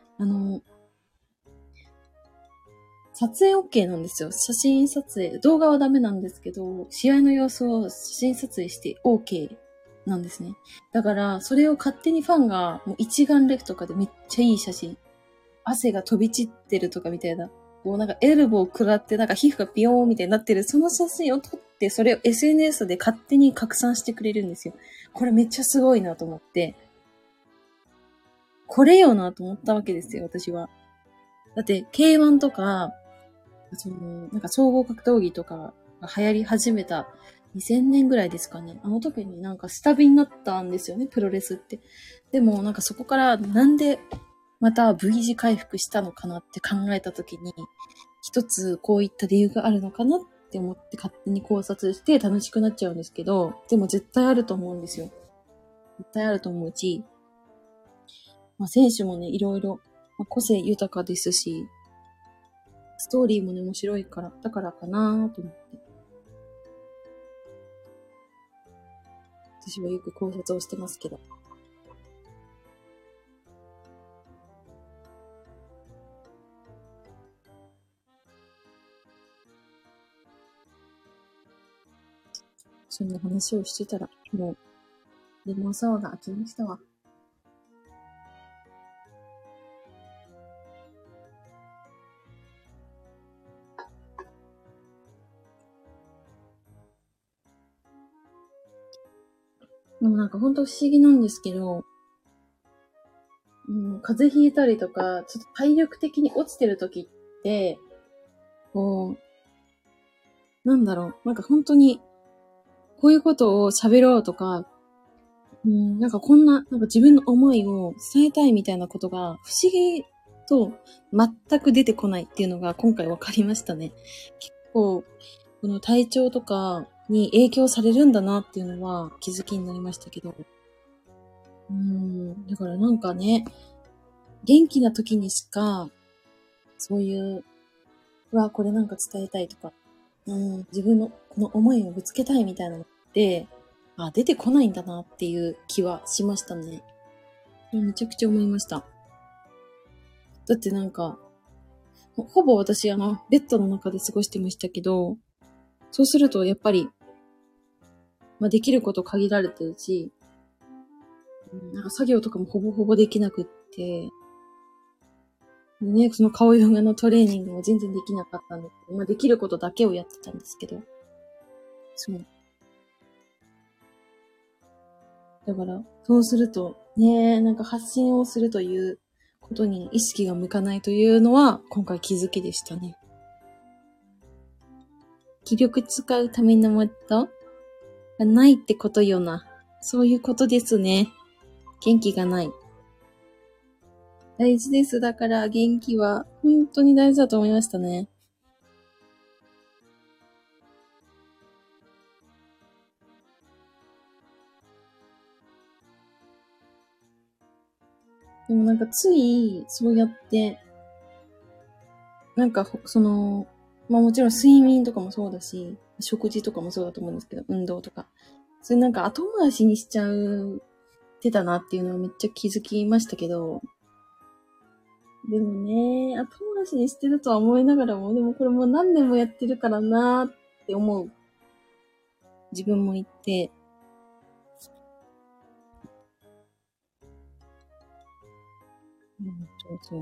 撮影 OK なんですよ。写真撮影。動画はダメなんですけど、試合の様子を写真撮影して OK なんですね。だから、それを勝手にファンがもう一眼レフとかでめっちゃいい写真。汗が飛び散ってるとかみたいな。こうなんかエルボー食らってなんか皮膚がビヨーンみたいになってるその写真を撮って、それを SNS で勝手に拡散してくれるんですよ。これめっちゃすごいなと思って。これよなと思ったわけですよ、私は。だって、K1 とか、なんか総合格闘技とかが流行り始めた2000年ぐらいですかね。あの時になんか下火になったんですよね、プロレスって。でもなんかそこからなんでまた V 字回復したのかなって考えた時に、一つこういった理由があるのかなって思って勝手に考察して楽しくなっちゃうんですけど、でも絶対あると思うんですよ。絶対あると思うし、まあ選手もね、いろいろ、まあ、個性豊かですし、ストーリーもね、面白いから、だからかなと思って。私はよく考察をしてますけど。そんな話をしてたら、もう、レモンサワーが飽きましたわ。でもなんかほんと不思議なんですけど、風邪ひいたりとか、ちょっと体力的に落ちてる時って、こなんだろう、なんか本当に、こういうことを喋ろうとか、なんかこんな、なんか自分の思いを伝えたいみたいなことが不思議と全く出てこないっていうのが今回分かりましたね。結構、この体調とかに影響されるんだなっていうのは気づきになりましたけど。だからなんかね、元気な時にしか、そういう、これなんか伝えたいとか、自分のこの思いをぶつけたいみたいなのって、出てこないんだなっていう気はしましたね。めちゃくちゃ思いました。だってなんか、ほぼ私ベッドの中で過ごしてましたけど、そうするとやっぱり、できること限られてるし、なんか作業とかもほぼほぼできなくって、でね、その顔ヨガのトレーニングも全然できなかったんですけど、できることだけをやってたんですけど、そう。だから、そうすると、ね、なんか発信をするということに意識が向かないというのは、今回気づきでしたね。気力使うためのもっとがないってことよな。そういうことですね。元気がない。大事です。だから元気は本当に大事だと思いましたね。でもなんかつい、そうやって、なんかもちろん睡眠とかもそうだし、食事とかもそうだと思うんですけど、運動とか。それなんか後回しにしちゃってたなっていうのはめっちゃ気づきましたけど、でもね、後回しにしてるとは思いながらも、でもこれもう何年もやってるからなーって思う自分もいて、そうそう。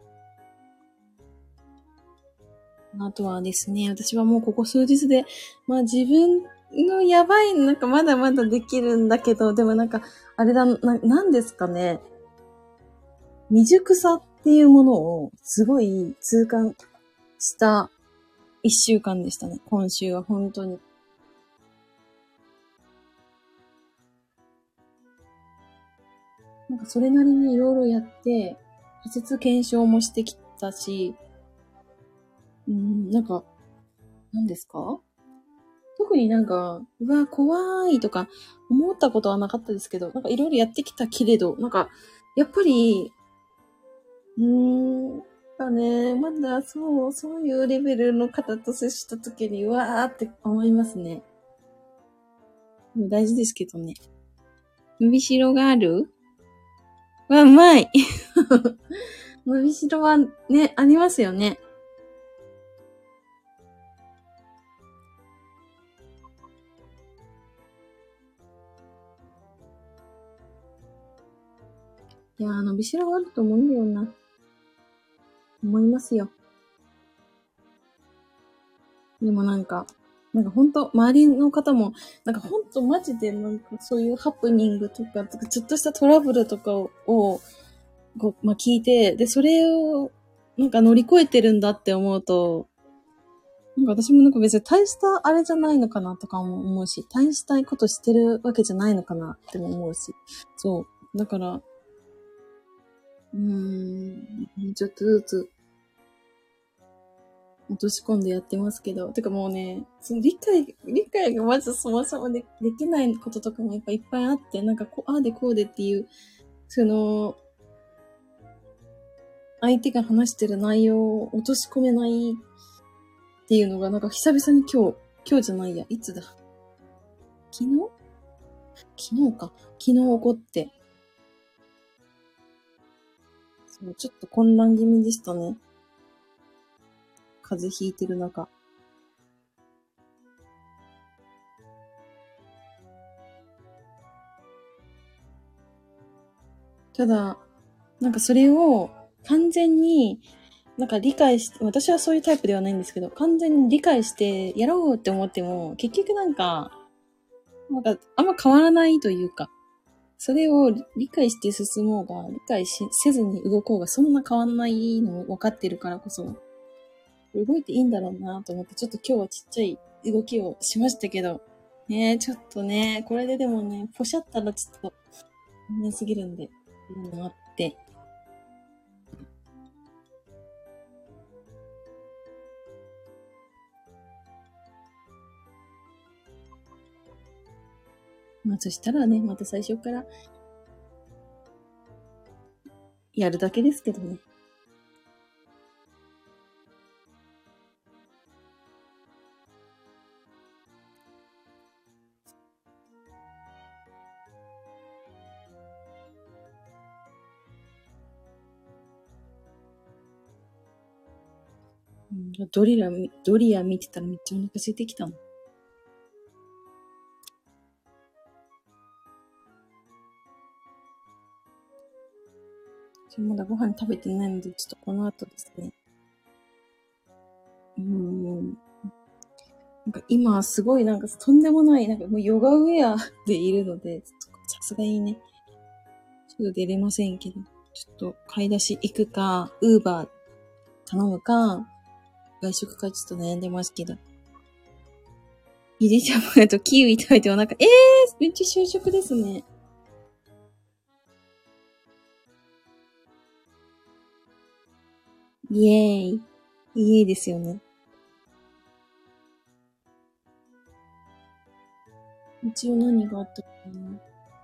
あとはですね、私はもうここ数日で、自分のやばい、なんかまだまだできるんだけど、でもなんか、あれだ、なんですかね。未熟さっていうものをすごい痛感した一週間でしたね。今週は本当に。なんかそれなりにいろいろやって、 仮説検証もしてきたし、なんか、何ですか？特になんか、うわ、怖いとか思ったことはなかったですけど、なんかいろいろやってきたけれど、なんか、やっぱり、まだそういうレベルの方と接したときに、うわーって思いますね。でも大事ですけどね。伸びしろがある？うまい伸びしろはね、ありますよね。いやー、伸びしろがあると思うんだよな。思いますよ。でもなんかほんと、周りの方も、なんかほんとマジでなんかそういうハプニングとか、ちょっとしたトラブルとかを聞いて、で、それをなんか乗り越えてるんだって思うと、なんか私もなんか別に大したあれじゃないのかなとかも思うし、大したいことしてるわけじゃないのかなっても思うし、そう。だから、ちょっとずつ落とし込んでやってますけど、てかもうね、その理解がまずそもそもできないこととかもやっぱいっぱいあって、なんかああでこうでっていう、その、相手が話してる内容を落とし込めないっていうのが、なんか久々に今日じゃないや、いつだ。昨日か。昨日起こって、そう、ちょっと混乱気味でしたね。風邪ひいてる中。ただ、なんかそれを完全になんか理解して、私はそういうタイプではないんですけど、完全に理解してやろうって思っても、結局なんかあんま変わらないというか、それを理解して進もうが、理解せずに動こうが、そんな変わんないのを分かってるからこそ、動いていいんだろうなと思って、ちょっと今日はちっちゃい動きをしましたけど、ねちょっとね、これででもね、ポシャったらちょっと、ねすぎるんで、いうのもあって、まあそしたらね、また最初からやるだけですけどね。ドリア見てたらめっちゃお腹空いてきたの。まだご飯食べてないので、ちょっとこの後ですね。なんか今すごいなんかとんでもない、なんかもうヨガウェアでいるので、さすがにね、ちょっと出れませんけど、ちょっと買い出し行くか、ウーバー頼むか、外食かちょっと悩んでますけど。ゆで卵とキウイ食べてお腹、めっちゃ就職ですね。イエーイ。いいですよね。一応何があったかな。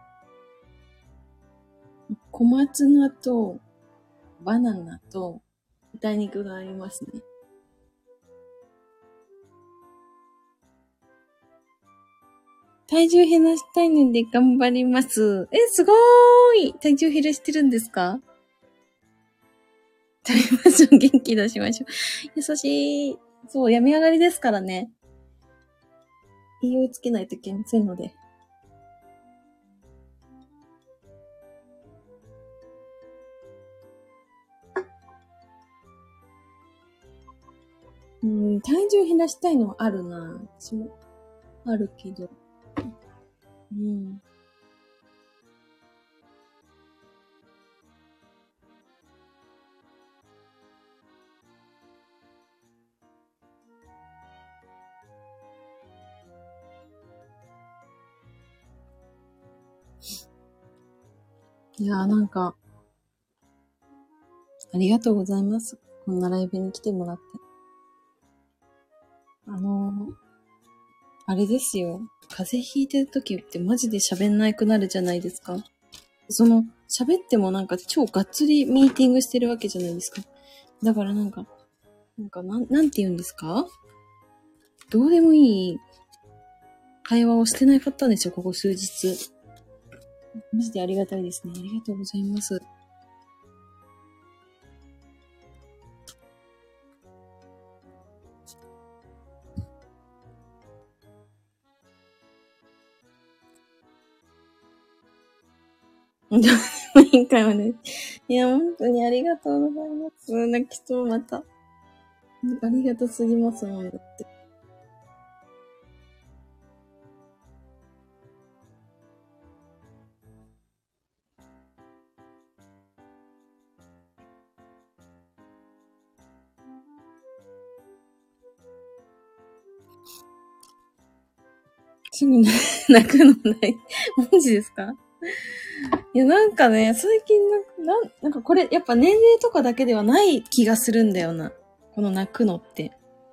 小松菜とバナナと豚肉がありますね。体重減らしたいので頑張ります。すごーい。体重減らしてるんですか？食べましょう。元気出しましょう。優しい。そう、病み上がりですからね。栄養つけないといけませんので。体重減らしたいのはあるな。私もあるけど。うん。いやーなんか、 ありがとうございます。こんなライブに来てもらって。あれですよ。風邪ひいてる時ってマジで喋んなくなるじゃないですか。喋ってもなんか超がっつりミーティングしてるわけじゃないですか。だからなんて言うんですか？どうでもいい会話をしてなかったんですよ、ここ数日。マジでありがたいですね。ありがとうございます。どうでもいい会話ね。いや、本当にありがとうございます。泣きそう、また。ありがとうすぎますもん、だって。すぐ泣くのない。マジですか？いや、なんかね、最近なんかこれ、やっぱ年齢とかだけではない気がするんだよな。この泣くのって。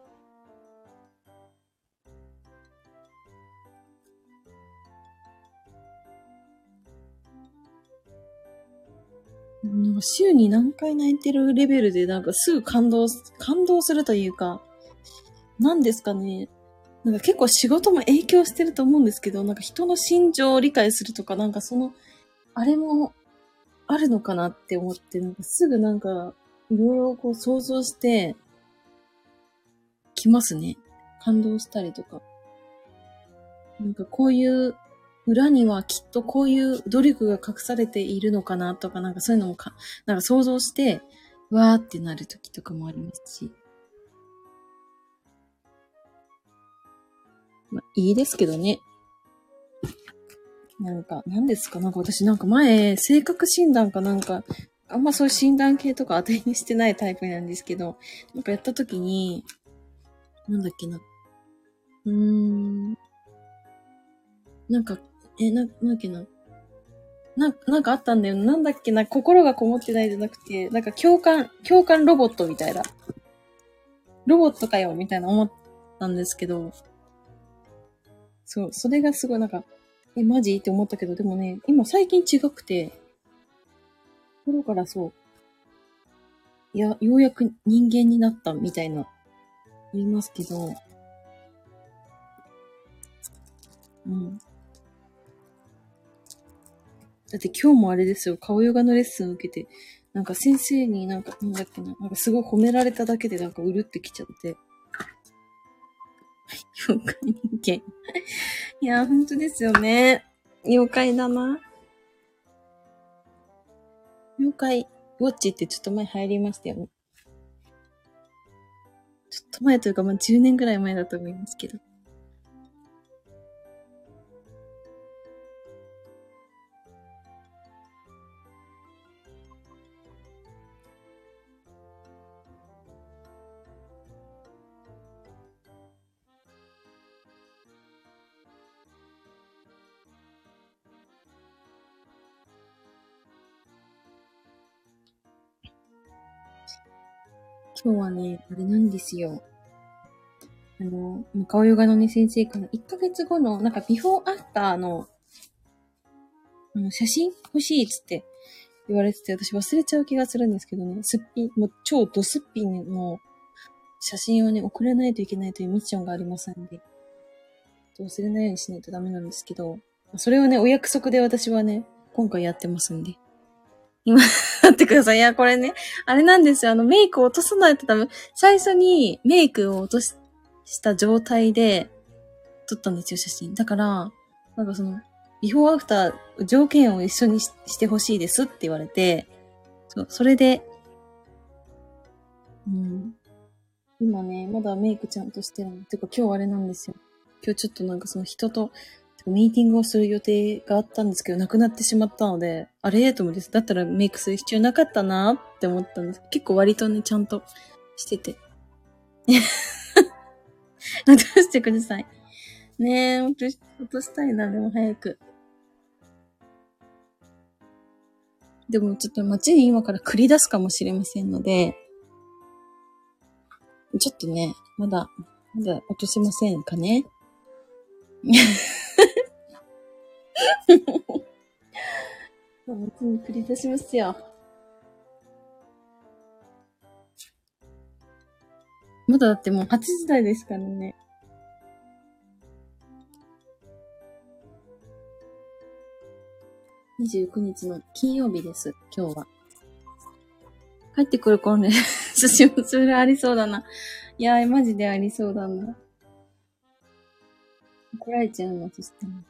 なんか週に何回泣いてるレベルでなんかすぐ感動するというか、なんですかね。なんか結構仕事も影響してると思うんですけど、なんか人の心情を理解するとか、なんかあれもあるのかなって思って、なんかすぐなんか、いろいろこう想像してきますね。感動したりとか。なんかこういう裏にはきっとこういう努力が隠されているのかなとか、なんかそういうのもなんか想像して、わーってなる時とかもありますし。まあ、いいですけどね。なんか、なんですか？なんか私なんか前、性格診断かなんか、あんまそういう診断系とか当てにしてないタイプなんですけど、なんかやった時に、なんだっけな。なんか、なんだっけな。なんかあったんだよ。なんだっけな。心がこもってないじゃなくて、なんか共感ロボットみたいな。ロボットかよ、みたいな思ったんですけど、そう、それがすごいなんか、マジって思ったけど、でもね、今最近違くて、心からそう、いや、ようやく人間になったみたいな、言いますけど、うん。だって今日もあれですよ、顔ヨガのレッスンを受けて、なんか先生になんだっけな、なんかすごい褒められただけでなんかうるってきちゃって。妖怪人間。いや、ほんとですよね。妖怪だな。妖怪ウォッチってちょっと前流行りましたよね。ちょっと前というか、まあ、10年ぐらい前だと思いますけど。今日はね、あれなんですよ。顔ヨガのね、先生から1ヶ月後の、なんかビフォーアフターの、写真欲しいっつって言われてて、私忘れちゃう気がするんですけどね、もう超ドすっぴんの写真をね、送らないといけないというミッションがありますので、忘れないようにしないとダメなんですけど、それをね、お約束で私はね、今回やってますんで。今、待ってください。いや、これね、あれなんですよ。メイクを落とさないと多分、最初にメイクを落とした状態で撮ったんですよ、写真。だから、なんかビフォーアフター条件を一緒にしてほしいですって言われて、それで、うん。今ね、まだメイクちゃんとしてるの。てか今日あれなんですよ。今日ちょっとなんか人とミーティングをする予定があったんですけど、なくなってしまったので、あれと思って、だったらメイクする必要なかったなって思ったんです。結構割とね、ちゃんとしてて。落としてください。ねえ、落としたいな、でも早く。 でもちょっと街に今から繰り出すかもしれませんので、ちょっとね、まだ落とせませんかね。街に繰り出しますよ。まだだってもう8時台ですからね。29日の金曜日です、今日は。帰ってくる頃ね、寿司もそれありそうだな。いやー、マジでありそうだな。怒られちゃうの、そしたら。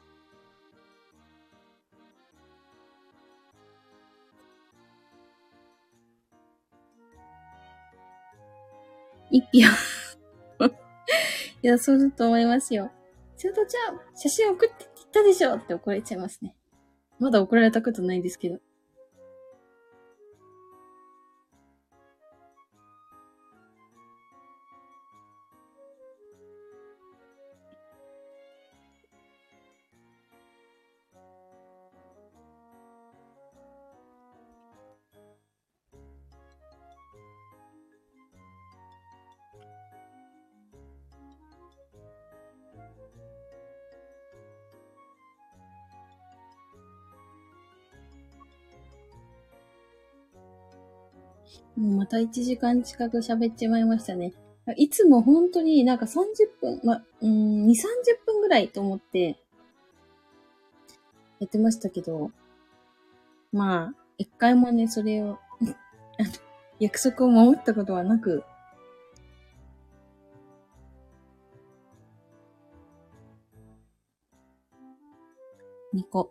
一票。いや、そうだと思いますよ。ちょっとじゃあ、写真送ってって言ったでしょって怒られちゃいますね。まだ怒られたことないですけど。もうまた1時間近く喋っちまいましたね。いつも本当になんか30分、2、30分ぐらいと思ってやってましたけど、まあ、一回もね、それを約束を守ったことはなく、2個。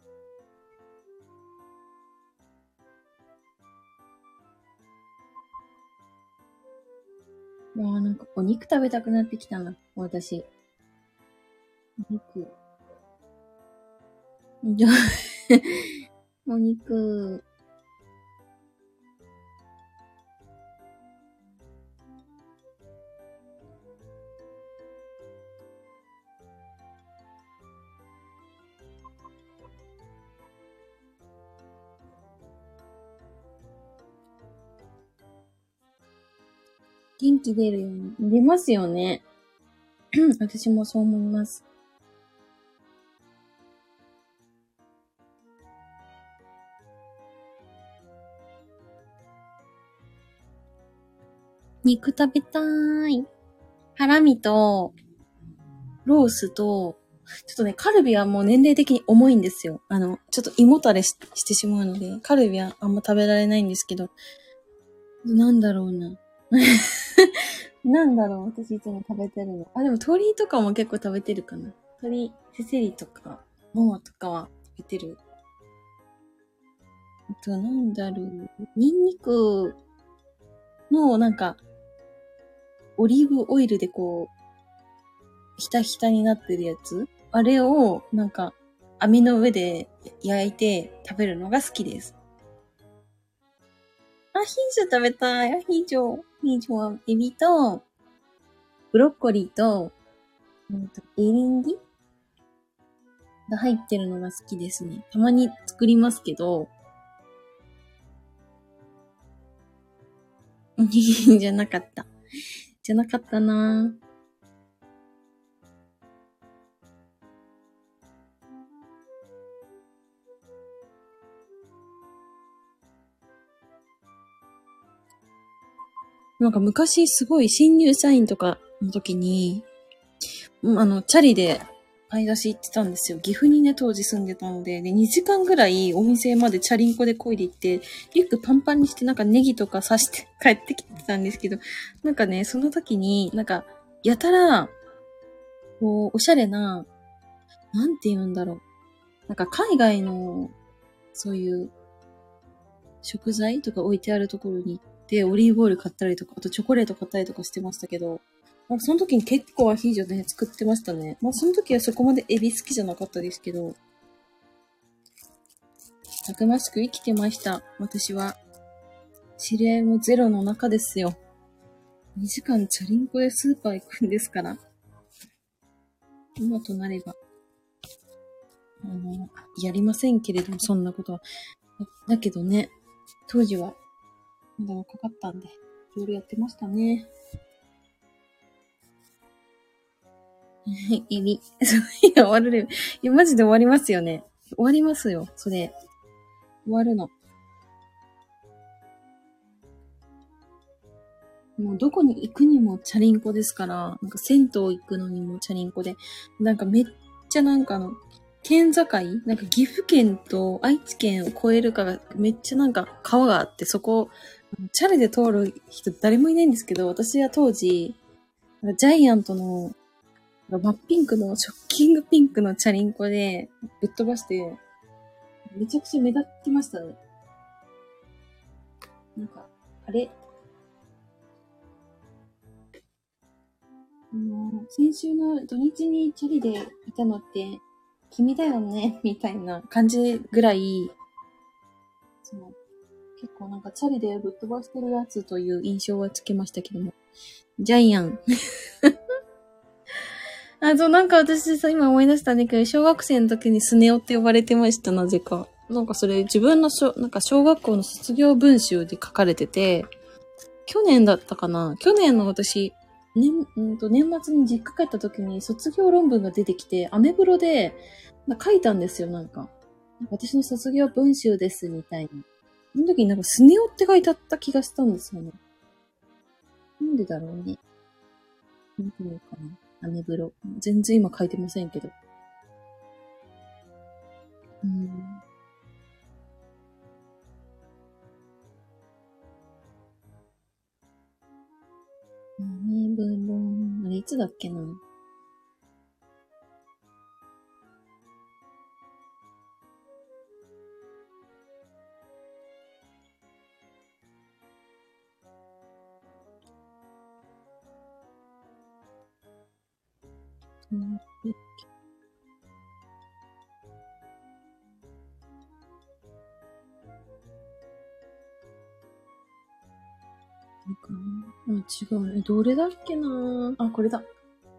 もうなんかお肉食べたくなってきたな、私。お肉。お肉。元気出るように。出ますよね。私もそう思います。肉食べたーい。ハラミと、ロースと、ちょっとね、カルビはもう年齢的に重いんですよ。ちょっと胃もたれしてしまうので、カルビはあんま食べられないんですけど、なんだろうな。なんだろう、私いつも食べてるの。あ、でも鶏とかも結構食べてるかな。鶏、セセリとか、モモとかは食べてる。あと、なんだろう。ニンニクの、なんか、オリーブオイルでこう、ひたひたになってるやつあれを、なんか、網の上で焼いて食べるのが好きです。アヒージョ食べたい。アヒージョ。アヒージョはエビと、ブロッコリーと、エリンギが入ってるのが好きですね。たまに作りますけど、じゃなかった。じゃなかったなぁ。なんか昔すごい新入社員とかの時に、チャリで買い出し行ってたんですよ。岐阜にね、当時住んでたので、で、2時間ぐらいお店までチャリンコで漕いで行って、リュックパンパンにしてなんかネギとか刺して帰ってきてたんですけど、なんかね、その時になんか、やたら、こう、おしゃれな、なんて言うんだろう。なんか海外の、そういう食材とか置いてあるところに行って、オリーブオイル買ったりとか、あとチョコレート買ったりとかしてましたけど、その時に結構アヒージョね、作ってましたね。その時はそこまでエビ好きじゃなかったですけど、たくましく生きてました。私は。知り合いもゼロの中ですよ。2時間チャリンコでスーパー行くんですから。今となれば、やりませんけれども、そんなことは。 だけどね、当時はまだ若かったんで、いろいろやってましたね。エビ。いや、終わるレベル。いや、マジで終わりますよね。終わりますよ、それ。終わるの。もうどこに行くにもチャリンコですから、なんか銭湯行くのにもチャリンコで、なんかめっちゃなんか県境なんか岐阜県と愛知県を越えるかがめっちゃなんか川があって、そこ、チャリで通る人誰もいないんですけど、私は当時、ジャイアントの真っピンクの、ショッキングピンクのチャリンコでぶっ飛ばして、めちゃくちゃ目立ってましたね。なんか、あれ先週の土日にチャリでいたのって、君だよねみたいな感じぐらい、結構なんかチャリでぶっ飛ばしてるやつという印象はつけましたけども。ジャイアン。なんか私さ、今思い出したんだけど、小学生の時にスネ夫って呼ばれてました、なぜか。なんかそれ自分のなんか小学校の卒業文集で書かれてて、去年だったかな去年の私、年末に実家帰った時に卒業論文が出てきて、アメブロで書いたんですよ、なんか。私の卒業文集です、みたいな。その時になんかスネ夫って書いてあった気がしたんですよね。なんでだろうね。見てみようかな。アメブロ。全然今書いてませんけど。アメブロ。あれ、いつだっけな。違う。どれだっけなあ、これだ。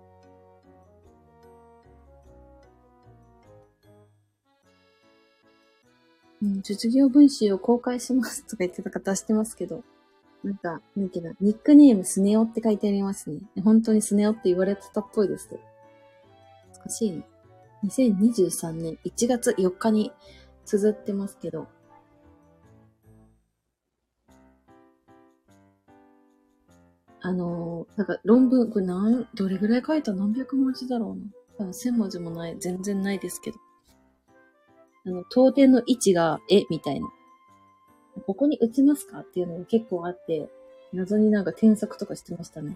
卒業文集を公開しますとか言ってたか出してますけど。なんか、ニックネームスネ夫って書いてありますね。本当にスネ夫って言われてたっぽいです。懐かしいね。2023年1月4日に綴ってますけど。なんか論文、これどれぐらい書いた何百文字だろうな。多分1000文字もない、全然ないですけど。当店の位置が絵みたいな。ここに打ちますかっていうのが結構あって、謎になんか添削とかしてましたね。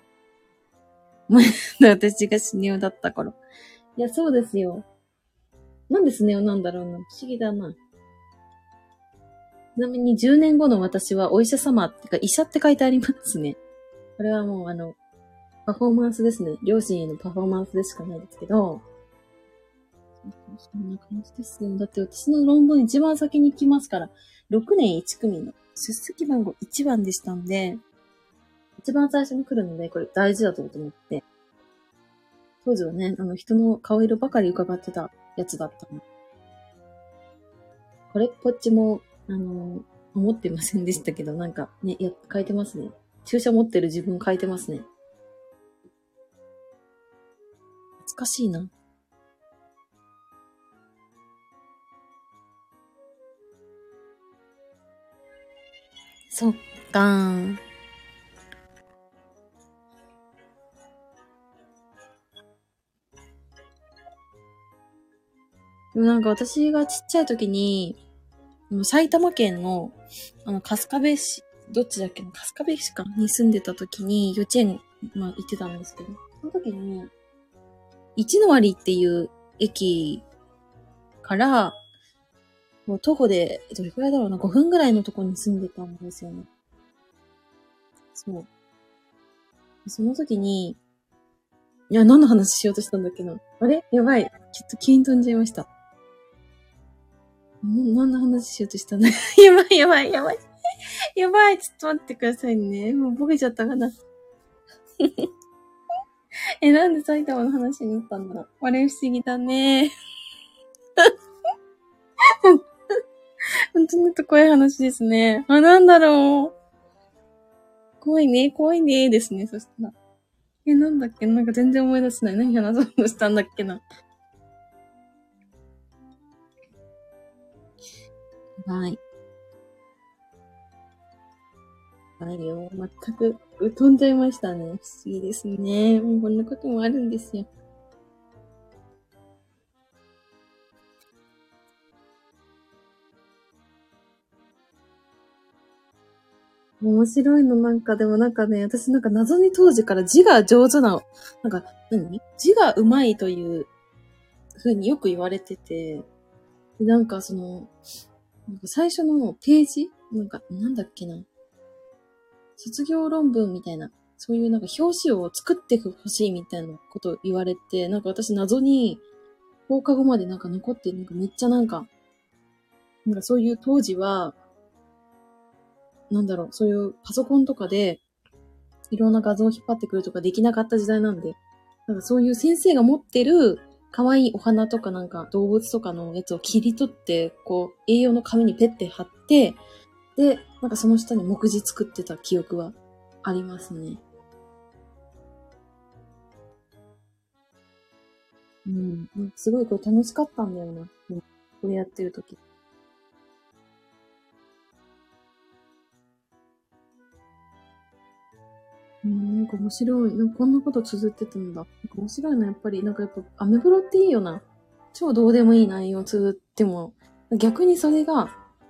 私がスネ夫だった頃。いや、そうですよ。なんでスネ夫なんだろうな。不思議だな。ちなみに10年後の私はお医者様ってか医者って書いてありますね。これはもうパフォーマンスですね。両親へのパフォーマンスでしかないですけど。そんな感じですよ。だって私の論文一番先に来ますから、6年1組の出席番号1番でしたんで、一番最初に来るので、これ大事だと思って。当時はね、人の顔色ばかり伺ってたやつだったの。これっぽっちも、思ってませんでしたけど、なんかね、書いてますね。注射持ってる自分書いてますね。懐かしいな。そっかー。でもなんか私がちっちゃい時に、埼玉県の、春日部市、どっちだっけな春日部市かに住んでた時に幼稚園、行ってたんですけど、その時に、一の割っていう駅から、もう徒歩で、どれくらいだろうな、5分ぐらいのところに住んでたんですよね。そう。その時に、いや、何の話しようとしたんだっけな。あれやばい。ちょっと気に飛んじゃいました。何の話しようとしたんだやばいやばいやばい。やばい、ちょっと待ってくださいね。もうボケちゃったかな。なんで埼玉の話になったんだろう。あれ不思議だね。 んと怖い話ですね。なんだろう。怖いね、怖いね、ですね、そしたら。なんだっけ、なんか全然思い出せない。何話そうとしたんだっけな。はい。はいよ。全く飛んじゃいましたね。不思議ですね。もうこんなこともあるんですよ。面白いのでもね、私謎に当時から字が上手な、字が上手いという風によく言われてて、最初のページなんだっけな。卒業論文みたいな、そういう表紙を作ってほしいみたいなことを言われて、私謎に放課後まで残って、めっちゃそういう当時は、そういうパソコンとかで、いろんな画像を引っ張ってくるとかできなかった時代なんで、そういう先生が持ってる可愛いお花とか動物とかのやつを切り取って、A4の紙にペッて貼って、で、その下に目次作ってた記憶はありますね。うん。すごいこれ楽しかったんだよな。これやってるとき。面白い。こんなこと綴ってたんだ。面白いな、やっぱり。アメブロっていいよな。超どうでもいい内容綴っても、逆にそれが、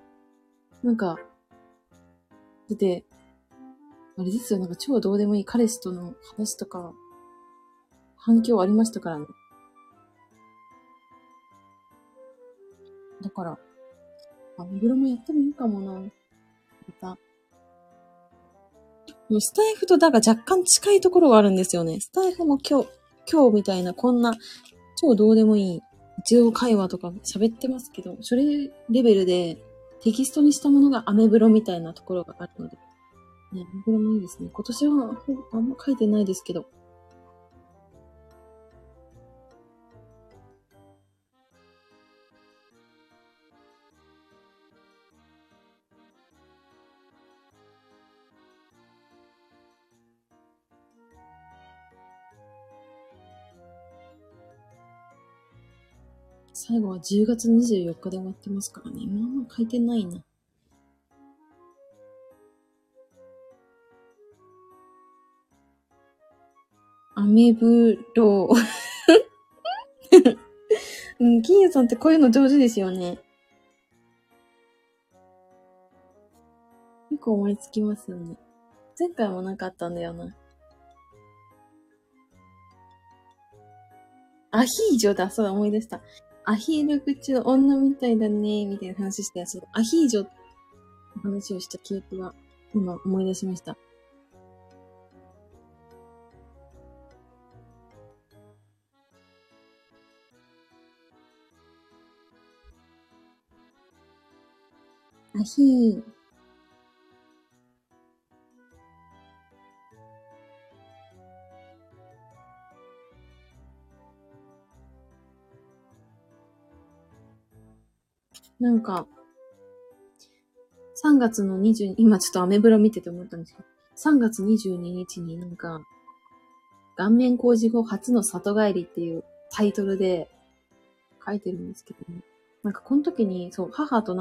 だって、あれですよ、超どうでもいい彼氏との話とか、反響ありましたからね。だから、アメブロもやってもいいかもな。また。スタイフと若干近いところがあるんですよね。スタイフも今日みたいなこんな超どうでもいい日常会話とか喋ってますけど、それレベルでテキストにしたものがアメブロみたいなところがあるので。ね、アメブロもいいですね。今年はあんま書いてないですけど。最後は10月24日で終わってますからね。まあ書いてないな。アメブロ。うん、金谷さんってこういうの上手ですよね。結構思いつきますよね。前回もなかったんだよな。アヒージョだ、そうだ、思い出した。アヒール口の女みたいだね、みたいな話してそう。アヒージョの話をした記憶が、今思い出しました。アヒー。3月の20、今ちょっとアメブロ見てて思ったんですけど、3月22日に顔面工事後初の里帰りっていうタイトルで書いてるんですけどね。この時に、そう、母と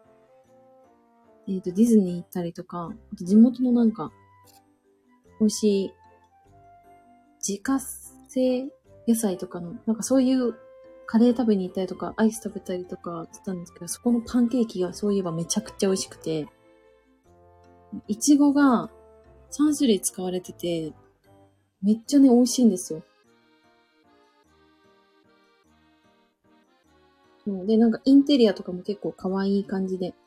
ディズニー行ったりとか、あと地元の美味しい自家製野菜とかの、そういうカレー食べに行ったりとか、アイス食べたりとかしたんですけど、そこのパンケーキがそういえばめちゃくちゃ美味しくて、いちごが3種類使われてて、めっちゃね、美味しいんですよ。そうで、インテリアとかも結構可愛い感じで、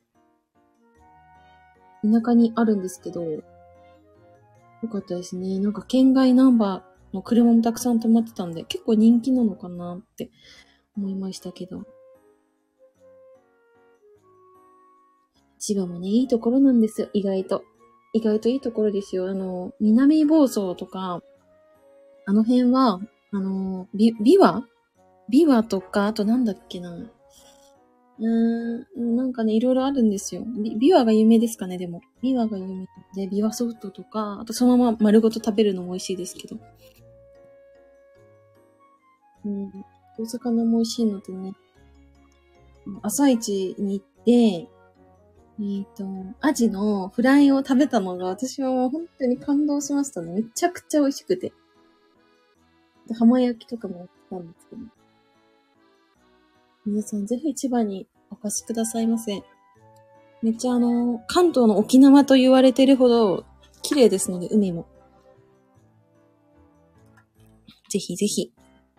田舎にあるんですけど、よかったですね。県外ナンバーの車もたくさん止まってたんで、結構人気なのかなって思いましたけど。千葉もね、いいところなんですよ、意外と。意外といいところですよ。南房総とか、あの辺は、琵琶とか、あとなんだっけな。 なんかね、いろいろあるんですよ。ビワが有名ですかね、でも。ビワが有名で、ビワソフトとか、あとそのまま丸ごと食べるのも美味しいですけど。大阪も美味しいのでね。朝市に行って、アジのフライを食べたのが私はもう本当に感動しましたね。めちゃくちゃ美味しくて。で浜焼きとかもやってたんですけど。皆さんぜひ千葉にお越しくださいませ。めっちゃ関東の沖縄と言われてるほど綺麗ですので、海も。ぜひぜひ。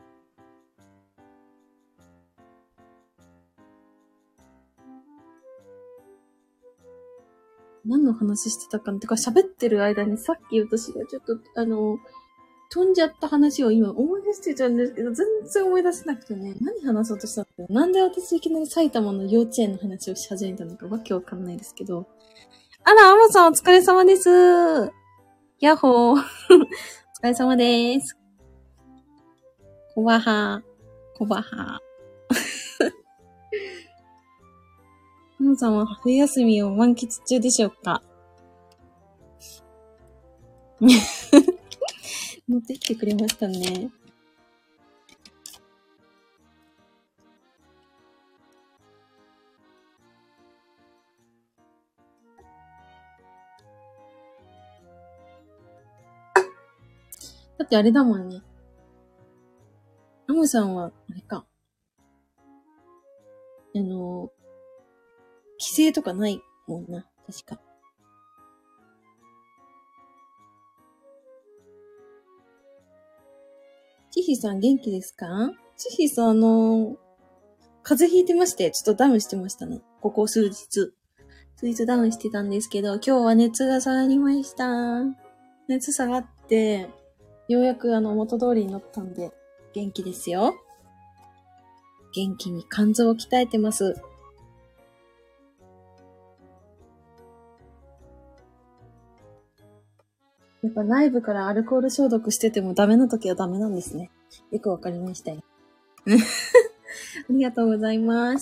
何の話してたかなてか喋ってる間にさっき私がちょっと飛んじゃった話を今思い出してたんですけど、全然思い出せなくてね、何話そうとしたのかなんで私いきなり埼玉の幼稚園の話をし始めたのかわけわかんないですけど。あら、アマさんお疲れ様です。ヤッホー。お疲れ様です。こばは。こばは。アマさんは冬休みを満喫中でしょうか？持ってきてくれましたね。だってあれだもんね。アムさんは、あれか。帰省とかないもんな。確か。ちひさん元気ですか？ちひさん風邪ひいてまして、ちょっとダウンしてましたね。ここ数日。数日ダウンしてたんですけど、今日は熱が下がりました。熱下がって、ようやく元通りに乗ったんで、元気ですよ。元気に肝臓を鍛えてます。やっぱ内部からアルコール消毒しててもダメな時はダメなんですね。よくわかりましたよ。ありがとうございます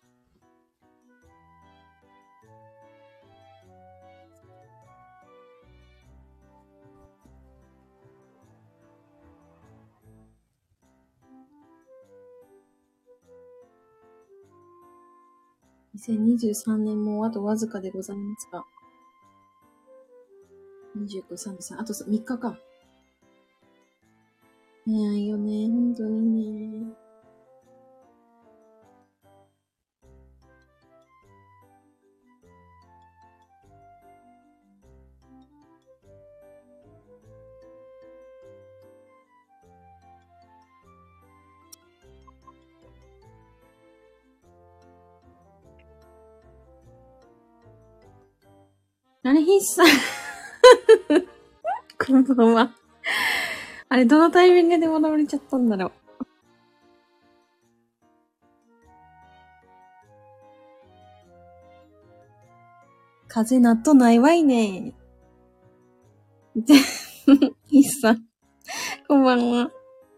。2023年もあとわずかでございますが。29、33、あと3日か。早いよね、本当にね。あれ、必殺。このまま。あれ、どのタイミングで笑われちゃったんだろう。風なっとないわいね。必殺。こんばんは。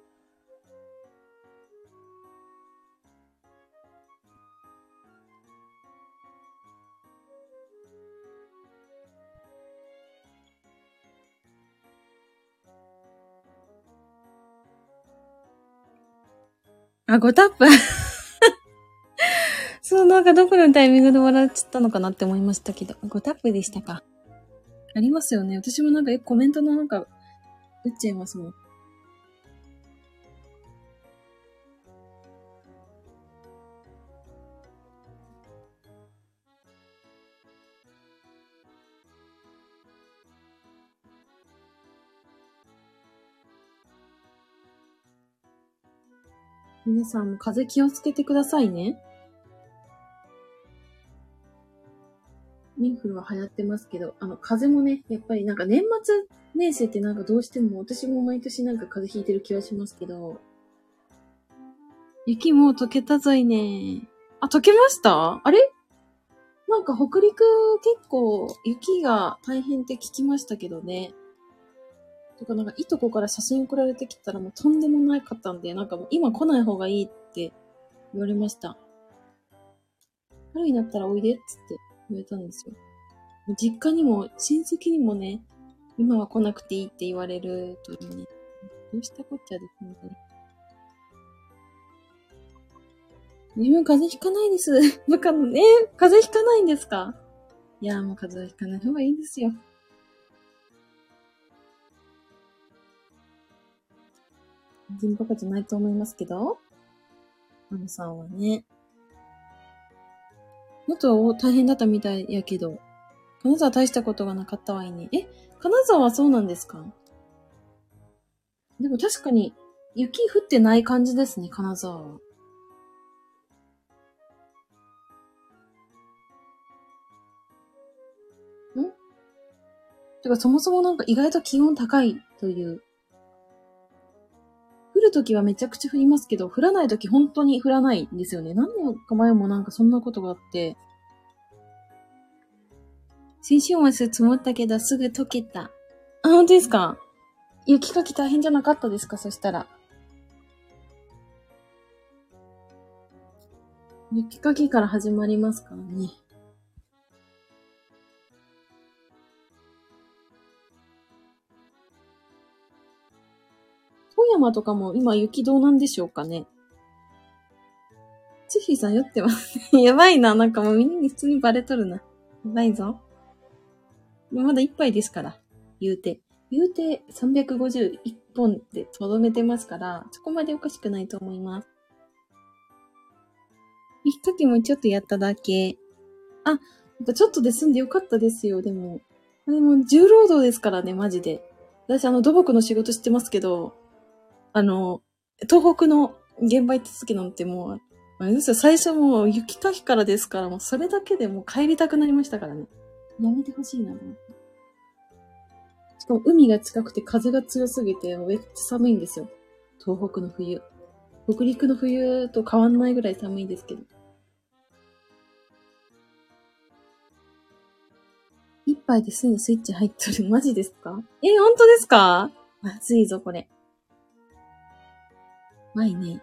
あ、5タップ。そう、なんかどこのタイミングで笑っちゃったのかなって思いましたけど。5タップでしたか。ありますよね。私もなんかコメントのなんか、打っちゃいますもん。皆さんも風邪気をつけてくださいね。インフルは流行ってますけど、風邪もね、やっぱりなんか年末年始ってなんかどうしても、私も毎年なんか風邪ひいてる気はしますけど、雪もう溶けたぞいね。あ、溶けました？あれなんか北陸結構雪が大変って聞きましたけどね。とかなんかいとこから写真送られてきたらもうとんでもないかったんで、なんかもう今来ない方がいいって言われました。 春になったらおいでっつって言われたんですよ。実家にも、親戚にもね、今は来なくていいって言われるというね。どうしたこっちゃですね。自分風邪ひかないです。部下のね、風邪ひかないんですか？いや、もう風邪ひかない方がいいですよ。全然バカじゃないと思いますけど。ママさんはね。もっと大変だったみたいやけど、金沢大したことがなかったわいね。金沢はそうなんですか？でも確かに、雪降ってない感じですね、金沢は。てかそもそもなんか意外と気温高いという。降るときはめちゃくちゃ降りますけど、降らないとき本当に降らないんですよね。何年か前もなんかそんなことがあって。先週末積もったけどすぐ溶けた。あ、本当ですか？雪かき大変じゃなかったですか？そしたら。雪かきから始まりますからね。富山とかも今雪どうなんでしょうかね。チッフィーさん酔ってますね。やばいな。なんかもうみんなに普通にバレとるな。やばいぞ。まだ一杯ですから。言うて。言うて351本でとどめてますから、そこまでおかしくないと思います。雪かきもちょっとやっただけ。あ、やっぱちょっとで済んでよかったですよ、でも。でも、重労働ですからね、マジで。私、土木の仕事してますけど、東北の現場行った時なんてもう、あれですよ、最初もう雪かきからですから、もうそれだけでもう帰りたくなりましたからね。やめてほしいな。しかも海が近くて風が強すぎて、めっちゃ寒いんですよ。東北の冬。北陸の冬と変わんないぐらい寒いですけど。一杯ですぐスイッチ入っとる。マジですか？本当ですか？まずいぞ、これ。まいね。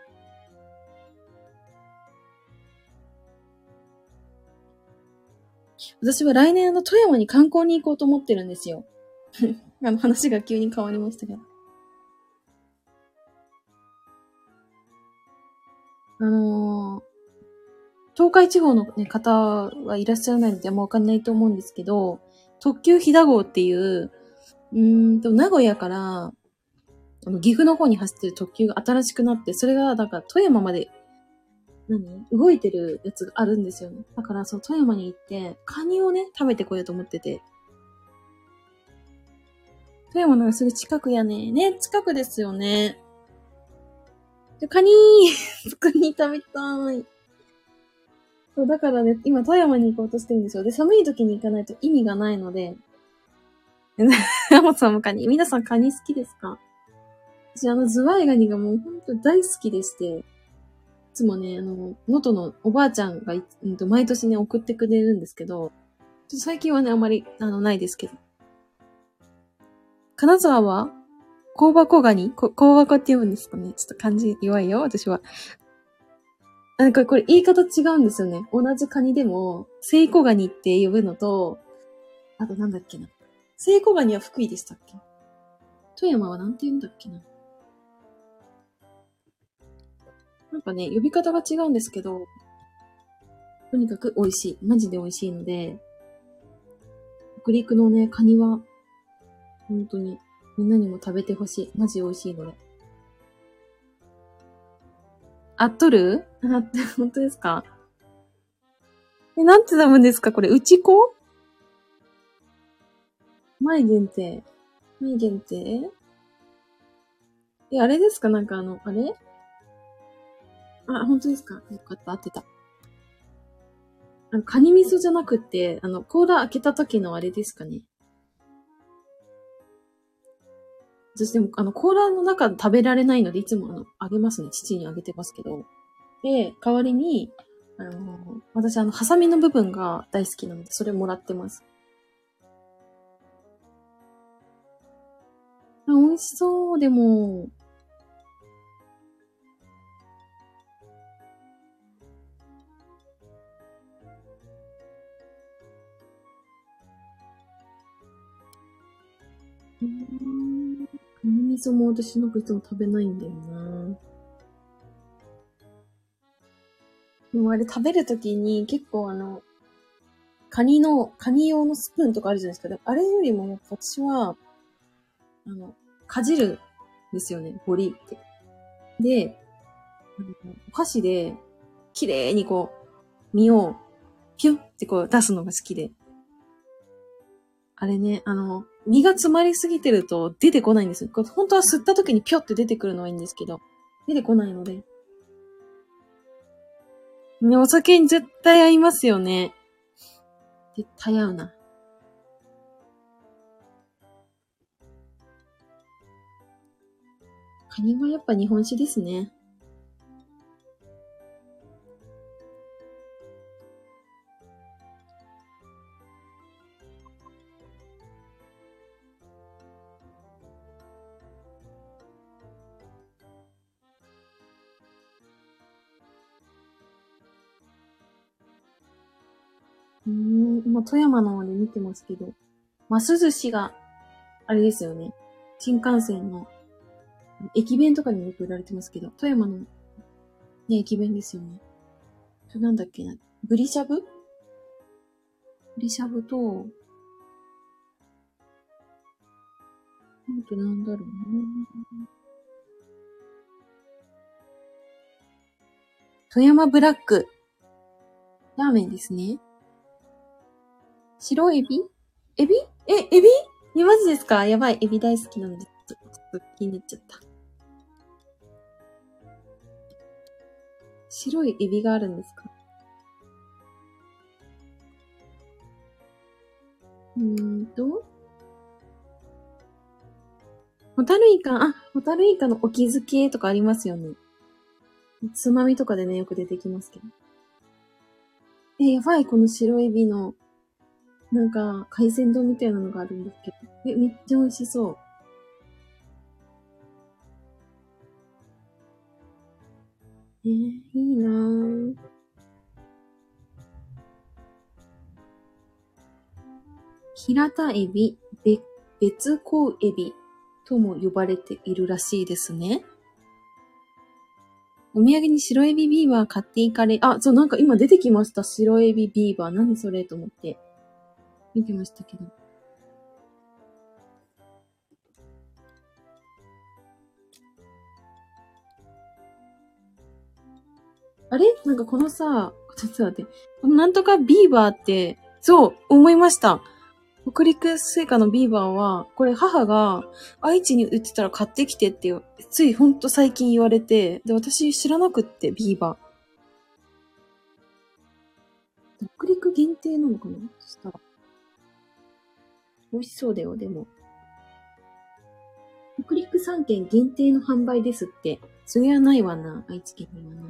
私は来年富山に観光に行こうと思ってるんですよ。話が急に変わりましたけど。東海地方の、ね、方はいらっしゃらないのであんまわかんないと思うんですけど、特急ひだ号っていう、名古屋から、岐阜の方に走ってる特急が新しくなって、それが、富山まで、動いてるやつがあるんですよね。だから、富山に行って、カニをね、食べてこようと思ってて。富山のすぐ近くやね。ね、近くですよね。カニーカニ食べたい。そう、だからね、今富山に行こうとしてるんですよ。で、寒い時に行かないと意味がないので。山本さんもカニ。皆さんカニ好きですか？私、ズワイガニがもうほんと大好きでして、いつもね、能登のおばあちゃんが毎年ね、送ってくれるんですけど、ちょっと最近はね、あんまり、ないですけど。金沢は香箱ガニ香箱って言うんですかね。ちょっと漢字弱いよ、私は。これ言い方違うんですよね。同じカニでも、セイコガニって呼ぶのと、あとなんだっけな。セイコガニは福井でしたっけ？富山はなんて言うんだっけな。なんかね、呼び方が違うんですけど、とにかく美味しい。マジで美味しいので、北陸のね、カニは、本当に、みんなにも食べてほしい。マジ美味しいので。あっとる？本当ですか？なんて飲むんですかこれ、内子？前限定。前限定？あれですか？あれ？本当ですか？よかった、合ってた。カニ味噌じゃなくて、コーラ開けた時のあれですかね。そしても、コーラの中食べられないので、いつもあげますね。父にあげてますけど。で、代わりに、私ハサミの部分が大好きなので、それもらってます。美味しそう、でも。 カニ味噌も私なんかいつも食べないんだよな。でもあれ食べるときに結構カニ用のスプーンとかあるじゃないですか。でもあれよりもやっぱ私は、かじるんですよね、ボリって。で、お箸で、綺麗にこう、身を、ピュッってこう出すのが好きで。あれね、身が詰まりすぎてると出てこないんですよ。本当は吸った時にピョって出てくるのはいいんですけど、出てこないので。ね、お酒に絶対合いますよね。絶対合うな。カニはやっぱ日本酒ですね。今富山の方で見てますけど、ます寿司が、あれですよね。新幹線の駅弁とかにもよく売られてますけど、富山のね、駅弁ですよね。それなんだっけな。ブリしゃぶと、あとなんだろうな。富山ブラック。ラーメンですね。白エビエビエビマジですか？やばい。エビ大好きなので、ちょっと気になっちゃった。白いエビがあるんですか？ホタルイカ、ホタルイカのお気づけとかありますよね。つまみとかでね、よく出てきますけど。やばい、この白エビの、なんか、海鮮丼みたいなのがあるんですけど。めっちゃ美味しそう。いいなぁ。平田エビ、別甲エビとも呼ばれているらしいですね。お土産に白エビビーバー買っていかれ、そう、なんか今出てきました。白エビビーバー。何それと思って見てましたけど。あれなんかこのさ、ちょっと待って。このなんとかビーバーって、そう、思いました。北陸スイカのビーバーは、これ母が愛知に売ってたら買ってきてって、ついほんと最近言われて、で、私知らなくって、ビーバー。北陸限定なのかなそしたら。美味しそうだよ、でも。北陸3県限定の販売ですって。そりゃないわな、愛知県にはな。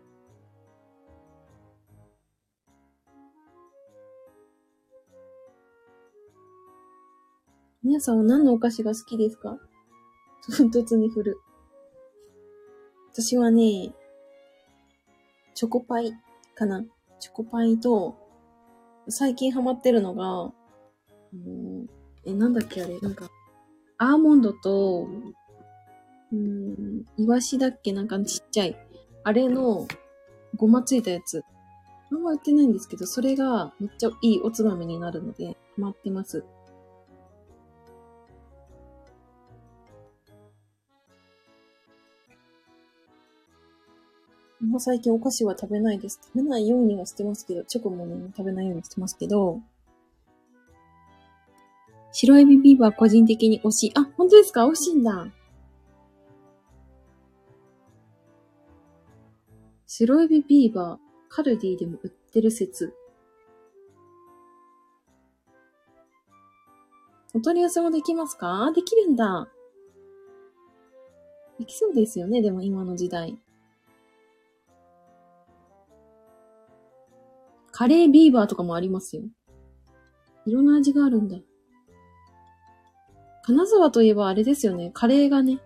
皆さんは何のお菓子が好きですか？唐突に振る。私はね、チョコパイかな。チョコパイと、最近ハマってるのが、なんだっけあれ、なんか、アーモンドと、イワシだっけなんかちっちゃい。あれの、ごまついたやつ。あんま売ってないんですけど、それがめっちゃいいおつまみになるので、ハマってます。もう最近お菓子は食べないです。食べないようにはしてますけど、チョコもね、食べないようにしてますけど、白エビビーバー個人的に推し。本当ですか？美味しいんだ。白エビビーバー、カルディでも売ってる説。お取り寄せもできますか？できるんだ。できそうですよね、でも今の時代。カレービーバーとかもありますよ。いろんな味があるんだ。金沢といえばあれですよね。カレーがね、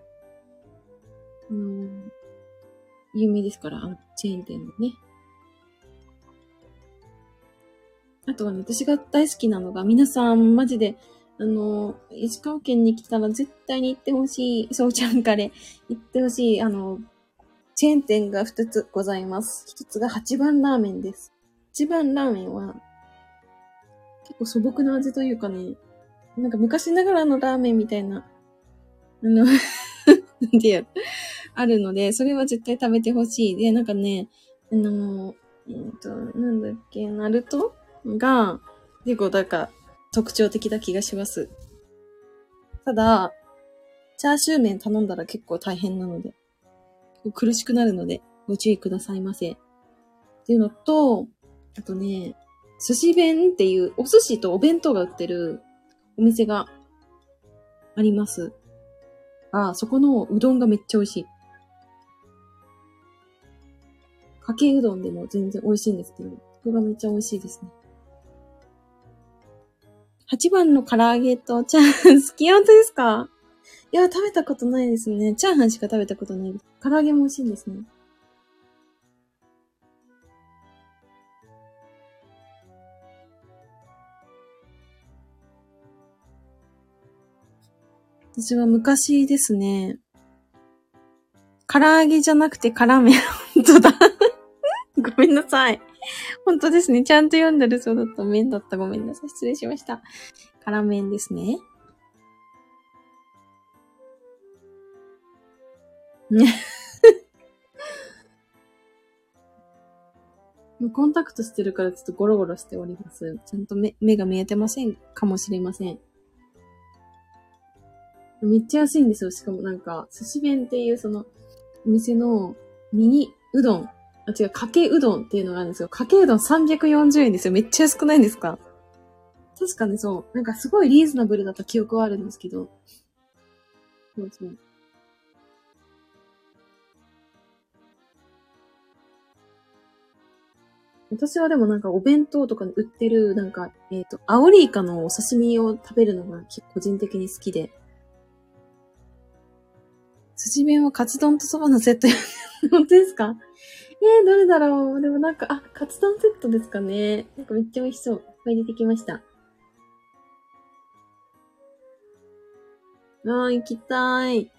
有名ですから、チェーン店のね。あとはね、私が大好きなのが、皆さんマジで石川県に来たら絶対に行ってほしい、そうちゃんカレー、行ってほしい、チェーン店が2つございます。1つが八番ラーメンです。八番ラーメンは、結構素朴な味というかね、なんか昔ながらのラーメンみたいな、なんていう、あるので、それは絶対食べてほしい。で、なんかね、なんだっけ、ナルトが、結構なんか、特徴的な気がします。ただ、チャーシュー麺頼んだら結構大変なので、苦しくなるので、ご注意くださいませ。っていうのと、あとね、寿司弁っていうお寿司とお弁当が売ってるお店があります。そこのうどんがめっちゃ美味しい。かけうどんでも全然美味しいんですけど、そこがめっちゃ美味しいですね。8番の唐揚げとチャーハン好き？本当ですか？いや、食べたことないですね。チャーハンしか食べたことないです。唐揚げも美味しいんですね。私は昔ですね、唐揚げじゃなくて辛麺。本当だ。ごめんなさい。本当ですね。ちゃんと読んでるそうだった。麺だった。ごめんなさい。失礼しました。辛麺ですね。ね。コンタクトしてるからちょっとゴロゴロしております。ちゃんと目が見えてませんかもしれません。めっちゃ安いんですよ。しかもなんか、寿司弁っていうその、お店のミニうどん。違う、かけうどんっていうのがあるんですよ。かけうどん340円ですよ。めっちゃ安くないですか？確かにそう。なんかすごいリーズナブルだった記憶はあるんですけど。そうそう。私はでもなんかお弁当とかに売ってる、なんか、アオリイカのお刺身を食べるのが個人的に好きで。寿司弁はカツ丼とそばのセット。本当ですか？どれだろう。でもなんか、カツ丼セットですかね。なんかめっちゃ美味しそう。いっぱい出てきました。行きたい。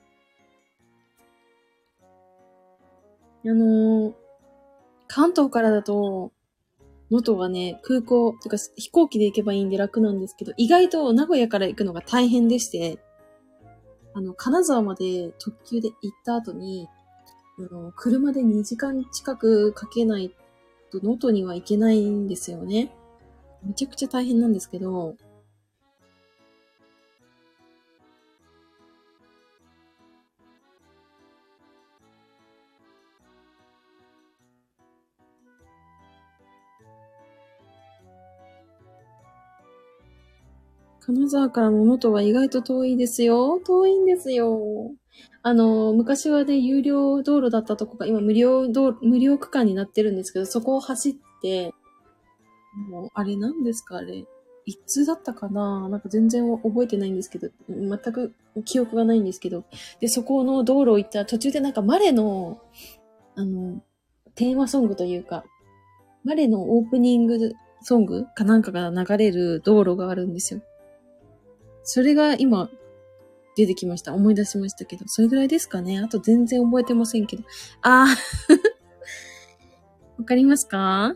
関東からだと、能登はね、空港、とか飛行機で行けばいいんで楽なんですけど、意外と名古屋から行くのが大変でして、金沢まで特急で行った後に、車で2時間近くかけないと能登には行けないんですよね。めちゃくちゃ大変なんですけど、金沢からの能登は意外と遠いですよ。遠いんですよ。昔はね、有料道路だったとこが今無料区間になってるんですけど、そこを走って、もう、あれ何ですかあれ。いつだったかななんか全然覚えてないんですけど、全く記憶がないんですけど。で、そこの道路を行ったら途中でなんかマレの、テーマソングというか、マレのオープニングソングかなんかが流れる道路があるんですよ。それが今出てきました。思い出しましたけど。それぐらいですかね。あと全然覚えてませんけど。わかりますか？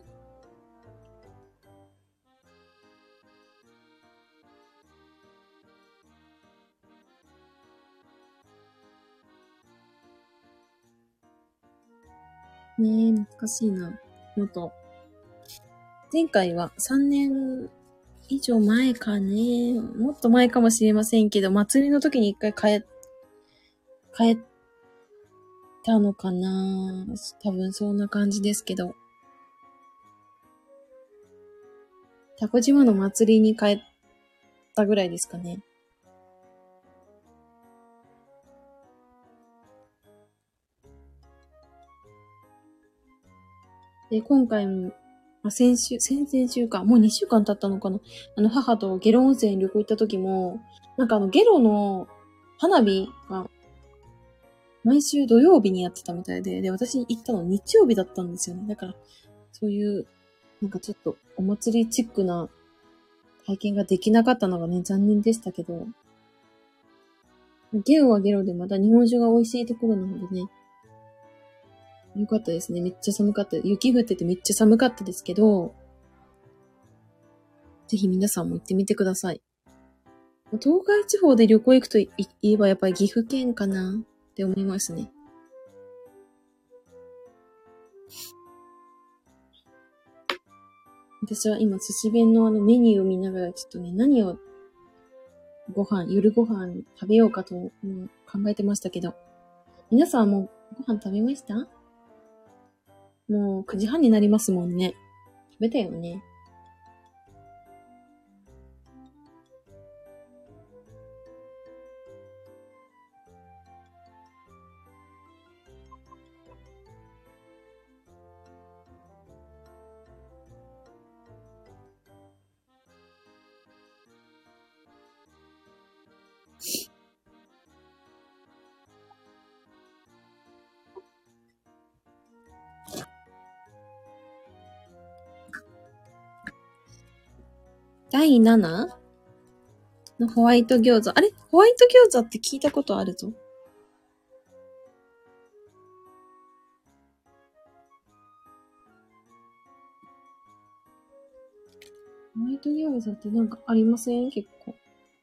ねえ、懐かしいな。のと。前回は3年以上前かね。もっと前かもしれませんけど、祭りの時に一回帰ったのかな。多分そんな感じですけど。タコ島の祭りに帰ったぐらいですかね。で、今回も、先々週か、もう2週間経ったのかな。母と下呂温泉旅行行った時も、なんか下呂の花火が毎週土曜日にやってたみたいで、私行ったの日曜日だったんですよね。だから、そういう、なんかちょっとお祭りチックな体験ができなかったのがね、残念でしたけど。ゲロはゲロでまた日本酒が美味しいところなのでね。よかったですね。めっちゃ寒かった。雪降っててめっちゃ寒かったですけど、ぜひ皆さんも行ってみてください。東海地方で旅行行くと言えばやっぱり岐阜県かなって思いますね。私は今寿司弁のメニューを見ながらちょっとね、何を夜ご飯食べようかと、考えてましたけど。皆さんはもうご飯食べました？もう9時半になりますもんね。食べたよね。第7のホワイト餃子。あれ？ホワイト餃子って聞いたことあるぞ。ホワイト餃子ってなんかありません？結構。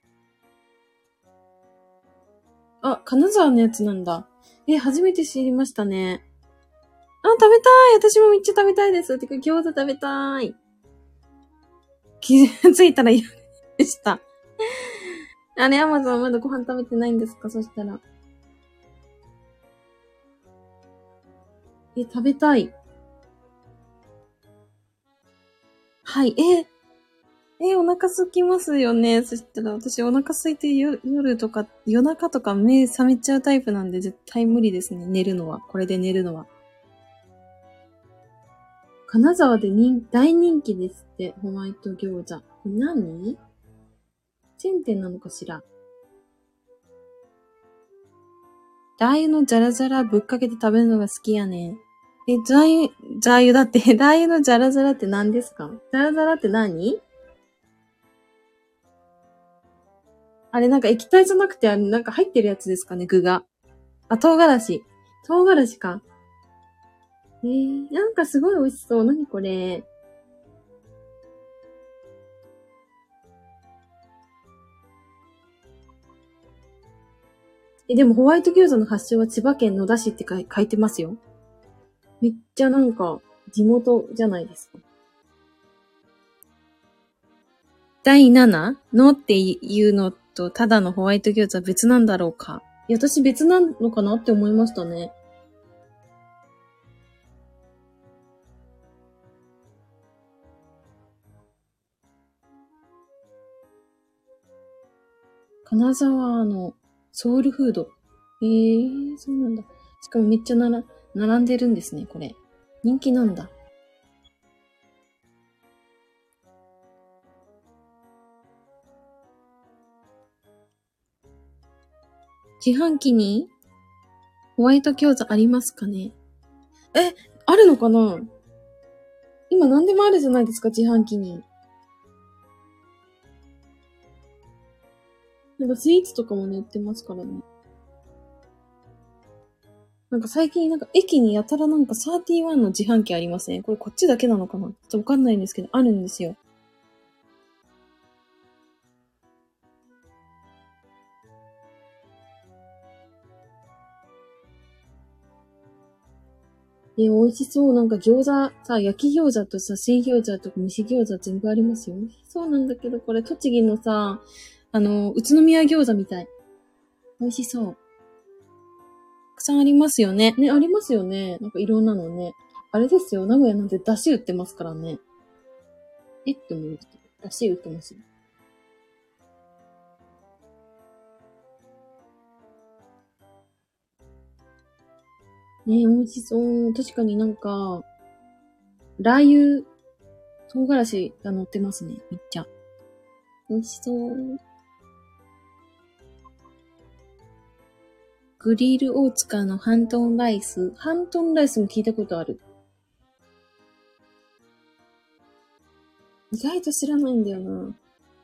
あ、金沢のやつなんだ。初めて知りましたね。あ、食べたい。私もめっちゃ食べたいです。てか餃子食べたい。気づいたら嫌でした。あれ、アマゾンまだご飯食べてないんですか？そしたら。食べたい。はい。お腹空きますよね。そしたら私お腹空いて夜とか、夜中とか目覚めちゃうタイプなんで絶対無理ですね。寝るのは。これで寝るのは。金沢で大人気ですって、ホワイト餃子。何？チェーン店なのかしら？ラー油のジャラジャラぶっかけて食べるのが好きやね。ジャー油だって、ラー油のジャラジャラって何ですか？ジャラジャラって何？あれなんか液体じゃなくて、なんか入ってるやつですかね、具が。あ、唐辛子。唐辛子か。なんかすごい美味しそう。何これ。でもホワイト餃子の発祥は千葉県野田市って書いてますよ。めっちゃなんか、地元じゃないですか。第7のっていうのと、ただのホワイト餃子は別なんだろうか。私別なのかなって思いましたね。金沢のソウルフード。そうなんだ。しかもめっちゃ並んでるんですね、これ。人気なんだ。自販機にホワイト餃子ありますかね？あるのかな？今何でもあるじゃないですか、自販機に。なんかスイーツとかもね、売ってますからね。なんか最近なんか駅にやたらなんか31の自販機ありません？これこっちだけなのかな？ちょっとわかんないんですけど、あるんですよ。美味しそう。なんか餃子、さ、焼き餃子とさ、水餃子とか蒸し餃子全部ありますよ。そうなんだけど、これ栃木のさ、宇都宮餃子みたい。美味しそう。たくさんありますよね。ね、ありますよね。なんかいろんなのね。あれですよ。名古屋なんて出汁売ってますからね。って思う人。出汁売ってますよ。ね、美味しそう。確かになんか、ラー油、唐辛子が乗ってますね。めっちゃ。美味しそう。グリル大塚のハントンライス。ハントンライスも聞いたことある。意外と知らないんだよな。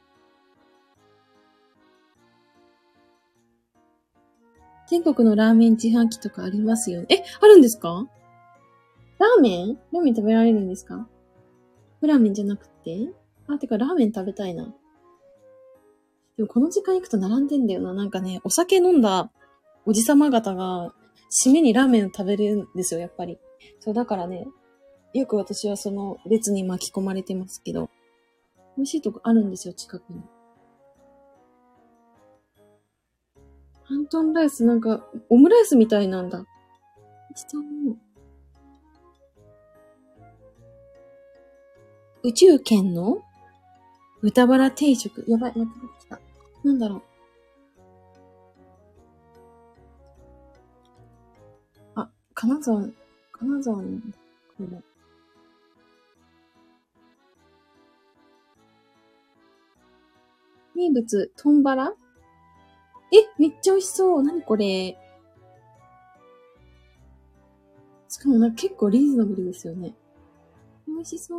全国のラーメン自販機とかありますよね。あるんですか？ラーメン食べられるんですか？ラーメンじゃなくて？てかラーメン食べたいな。でもこの時間行くと並んでんだよな。なんかね、お酒飲んだおじさま方が、締めにラーメンを食べれるんですよ、やっぱり。そう、だからね、よく私はその列に巻き込まれてますけど、美味しいとこあるんですよ、近くに。ハントンライスなんか、オムライスみたいなんだ。宇宙圏の豚バラ定食。やばい、また出てきた。なんだろう。金沢なんだ。これ。名物、トンバラ？めっちゃ美味しそう。何これ。しかもなんか結構リーズナブルですよね。美味しそう。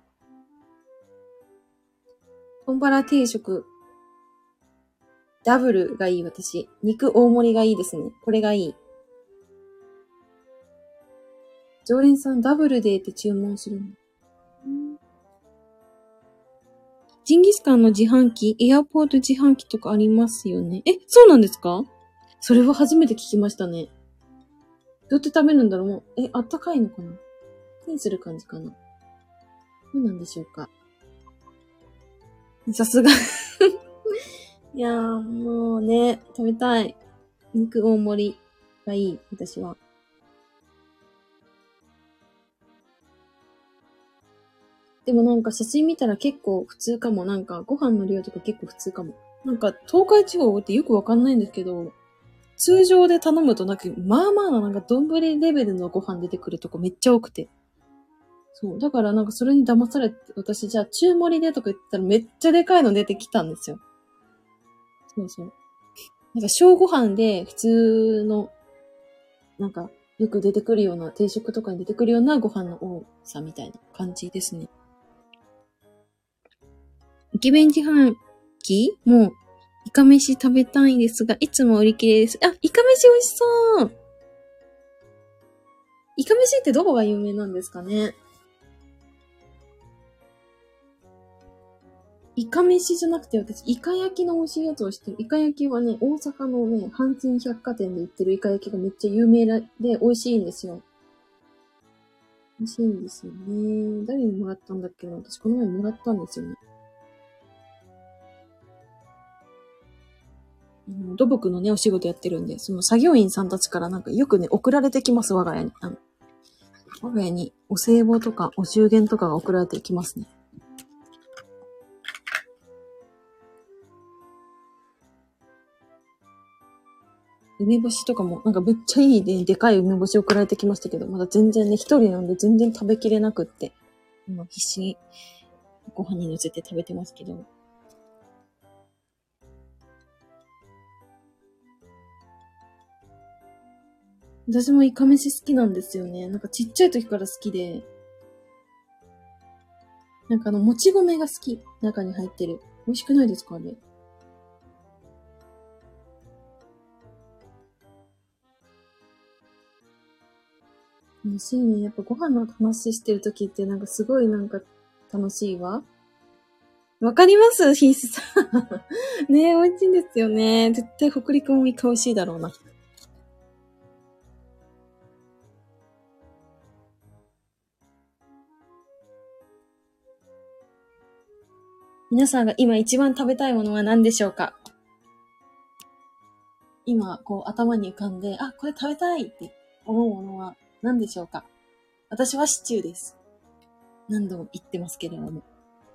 トンバラ定食。ダブルがいい、私。肉大盛りがいいですね。これがいい。常連さんダブルでって注文するの。ジンギスカンの自販機、エアポート自販機とかありますよね。そうなんですか？それは初めて聞きましたね。どうやって食べるんだろう？もうあったかいのかな？手にする感じかな？どうなんでしょうか？さすが。いやー、もうね、食べたい。肉大盛りがいい、私は。でもなんか写真見たら結構普通かも。なんかご飯の量とか結構普通かも。なんか東海地方ってよくわかんないんですけど、通常で頼むとなんか、まあまあななんか丼レベルのご飯出てくるとこめっちゃ多くて。そう。だからなんかそれに騙されて、私じゃあ中盛りでとか言ったらめっちゃでかいの出てきたんですよ。そうそう。なんか小ご飯で普通の、なんかよく出てくるような、定食とかに出てくるようなご飯の多さみたいな感じですね。駅弁自販機もう、イカ飯食べたいんですが、いつも売り切れです。イカ飯美味しそう。イカ飯ってどこが有名なんですかね？イカ飯じゃなくて私、イカ焼きの美味しいやつを知ってる。イカ焼きはね、大阪のね、阪神百貨店で売ってるイカ焼きがめっちゃ有名で美味しいんですよ。美味しいんですよね。誰にもらったんだっけな？私この前もらったんですよね。土木のね、お仕事やってるんで、その作業員さんたちからなんかよくね、送られてきます、我が家に。我が家にお歳暮とかお中元とかが送られてきますね。梅干しとかも、なんかめっちゃいいね、でかい梅干し送られてきましたけど、まだ全然ね、一人なんで全然食べきれなくって、今必死にご飯に乗せて食べてますけど。私もイカ飯好きなんですよね。なんかちっちゃい時から好きで、なんかもち米が好き。中に入ってる。美味しくないですかあれ？楽しいね。やっぱご飯の話してる時ってなんかすごいなんか楽しいわ。わかりますヒースさん。ねえ、美味しいんですよね。絶対北陸もイカ美味しいだろうな。皆さんが今一番食べたいものは何でしょうか？今、こう頭に浮かんで、これ食べたいって思うものは何でしょうか？私はシチューです。何度も言ってますけれども。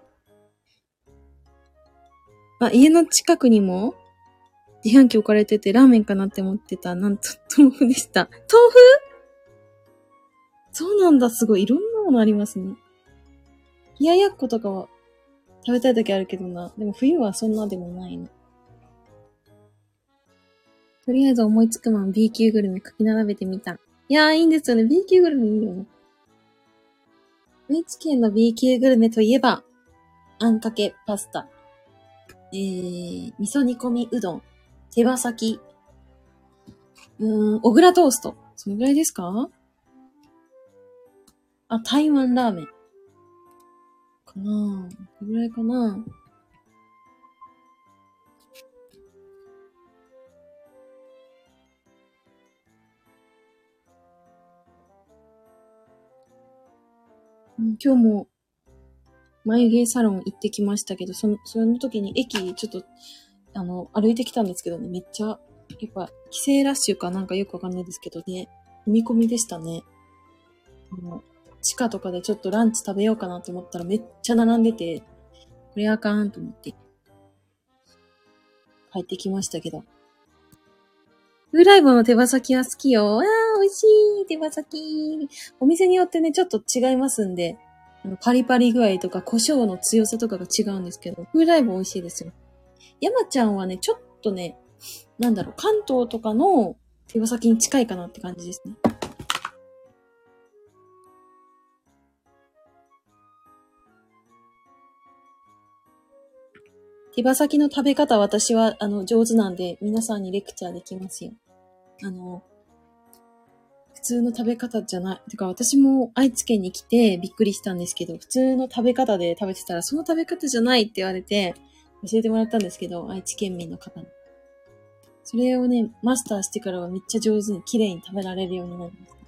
家の近くにも自販機置かれててラーメンかなって思ってた。なんと、豆腐でした。豆腐？そうなんだ。すごい。いろんなものありますね。冷ややっことかは食べたい時あるけどな。でも冬はそんなでもないの。とりあえず思いつくまま B 級グルメ書き並べてみた。いやー、いいんですよね。B 級グルメいいよね。愛知県の B 級グルメといえば、あんかけパスタ。味噌煮込みうどん。手羽先。 小倉トースト。そのぐらいですか？あ、台湾ラーメン。かなぁ。これぐらいかなぁ。今日も眉毛サロン行ってきましたけど、その時に駅ちょっと、歩いてきたんですけどね、めっちゃ、やっぱ、帰省ラッシュかなんかよくわかんないですけどね、踏み込みでしたね。地下とかでちょっとランチ食べようかなと思ったらめっちゃ並んでて、これあかんと思って帰ってきましたけど。フライボの手羽先は好きよ。美味しい手羽先。お店によってね、ちょっと違いますんで、パリパリ具合とか胡椒の強さとかが違うんですけど、フライボ美味しいですよ。山ちゃんはね、ちょっとね、関東とかの手羽先に近いかなって感じですね。手羽先の食べ方私は上手なんで皆さんにレクチャーできますよ。普通の食べ方じゃない。てか私も愛知県に来てびっくりしたんですけど、普通の食べ方で食べてたらその食べ方じゃないって言われて教えてもらったんですけど、愛知県民の方に。それをね、マスターしてからはめっちゃ上手に綺麗に食べられるようになりました。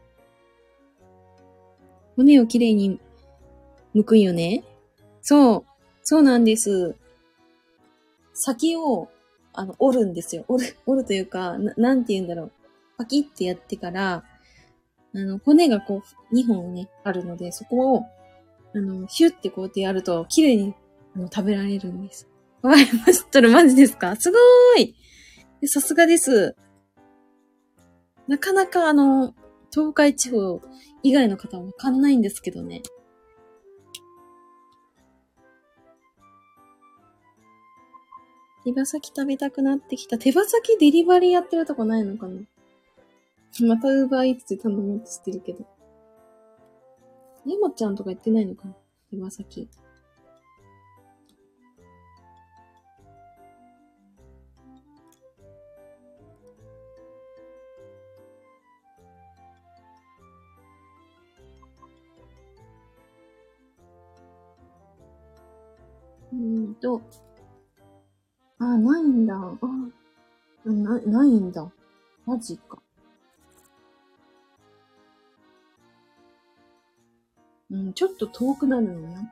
骨を綺麗に剥くんよね。そうなんです。先を、折るんですよ。折るというか、なんて言うんだろう。パキってやってから、骨がこう、2本ね、あるので、そこを、ヒュってこうやってやると、綺麗に、食べられるんです。わかりました。マジですか？すごーい！さすがです。なかなか東海地方以外の方はわかんないんですけどね。手羽先食べたくなってきた。手羽先デリバリーやってるとこないのかな？またウーバーイーツで頼もうとしてるけど。山ちゃんとか言ってないのかな？手羽先。ないんだ。ないんだ。マジか。ちょっと遠くなるのね。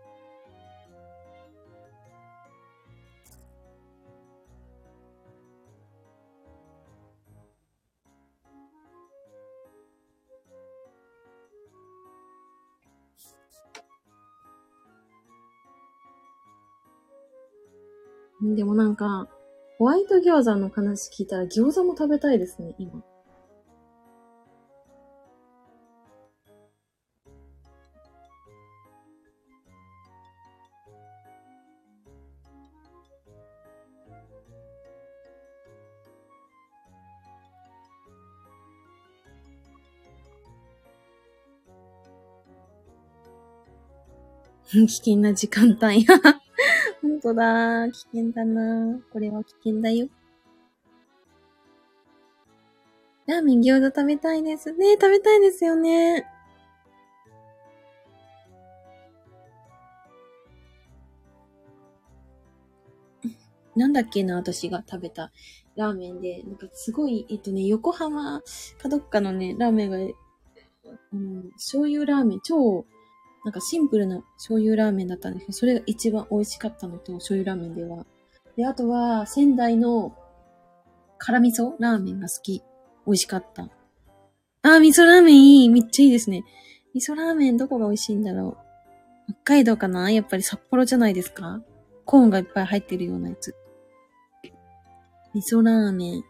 でもなんか、ホワイト餃子の話聞いたら餃子も食べたいですね、今。危険な時間帯。本当だ。危険だな。これは危険だよ。ラーメン餃子食べたいですね。食べたいですよね。なんだっけな、私が食べたラーメンで、なんかすごい、横浜かどっかのね、ラーメンが、醤油ラーメン、超、なんかシンプルな醤油ラーメンだったんですけど、それが一番美味しかったのと、醤油ラーメンでは。で、あとは、仙台の辛味噌ラーメンが好き。美味しかった。味噌ラーメンいい。めっちゃいいですね。味噌ラーメンどこが美味しいんだろう。北海道かな？やっぱり札幌じゃないですか？コーンがいっぱい入ってるようなやつ。味噌ラーメン。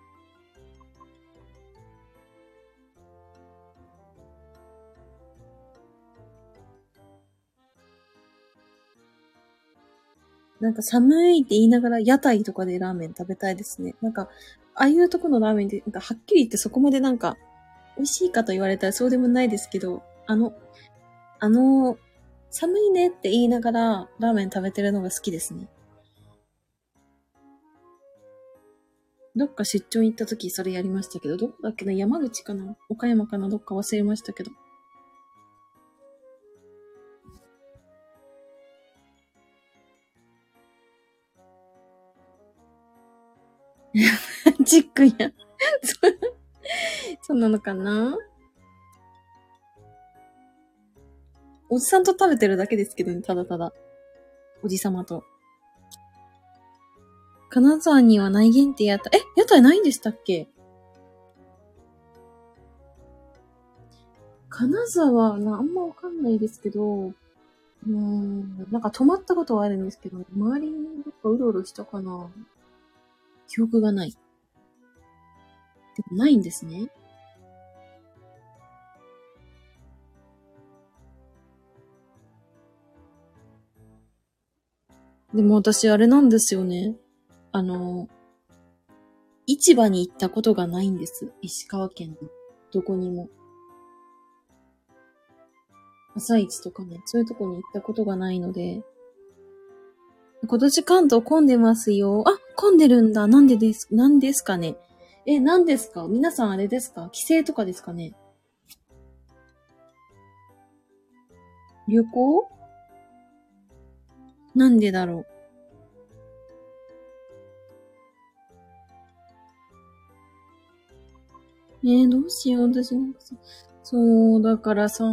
なんか寒いって言いながら屋台とかでラーメン食べたいですね。なんか、ああいうとこのラーメンって、なんかはっきり言ってそこまでなんか、美味しいかと言われたらそうでもないですけど、あの、寒いねって言いながらラーメン食べてるのが好きですね。 どっか出張に行った時それやりましたけど、どこだっけな、山口かな岡山かな、どっか忘れましたけど。チックや。そうなのかな。おじさんと食べてるだけですけどね、ただただ。おじさまと。金沢には内限定屋台、屋台ないんでしたっけ？金沢な、あんまわかんないですけど、なんか泊まったことはあるんですけど、周りにどっかうろうろしたかな。記憶がない。でもないんですね。でも私あれなんですよね。市場に行ったことがないんです。石川県の。どこにも。朝市とかね、そういうとこに行ったことがないので。今年関東混んでますよ。あ、混んでるんだ。なんですかね。なんですか？皆さんあれですか？帰省とかですかね？旅行？なんでだろう。どうしよう。私なんかさ、そう、だからさ、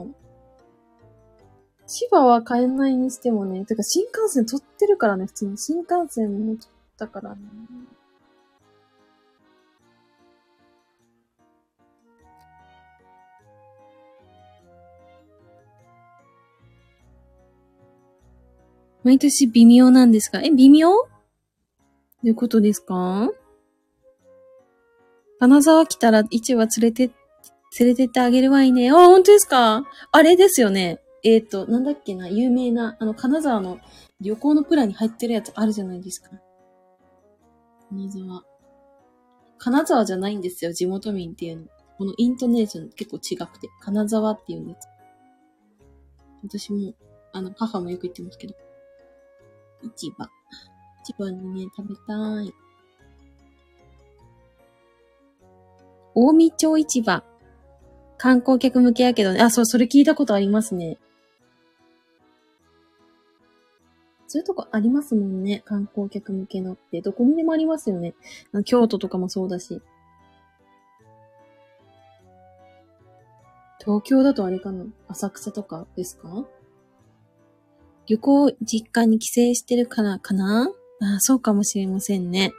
千葉は買えないにしてもね、てか新幹線取ってるからね、普通に。新幹線も取ったからね。毎年微妙なんですか？微妙？どういうことですか？金沢来たら市場連れてってあげるわいね。あ、本当ですか？あれですよね。なんだっけな、有名な、金沢の旅行のプランに入ってるやつあるじゃないですか。金沢。金沢じゃないんですよ、地元民っていうの。このイントネーション結構違くて。金沢っていうんです。私も、母もよく言ってますけど。市場。市場にね、食べたい。近江町市場。観光客向けやけどね。あ、そう、それ聞いたことありますね。そういうとこありますもんね。観光客向けのって。どこにでもありますよね。京都とかもそうだし。東京だとあれかな？浅草とかですか？旅行実家に帰省してるからかな？あ、そうかもしれませんね。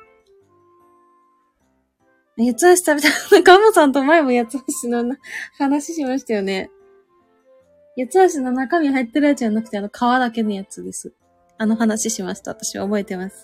八つ橋食べた。中本さんと前も八つ橋の話しましたよね。八つ橋の中身入ってるやつじゃなくて、皮だけのやつです。話しました。私は覚えてます。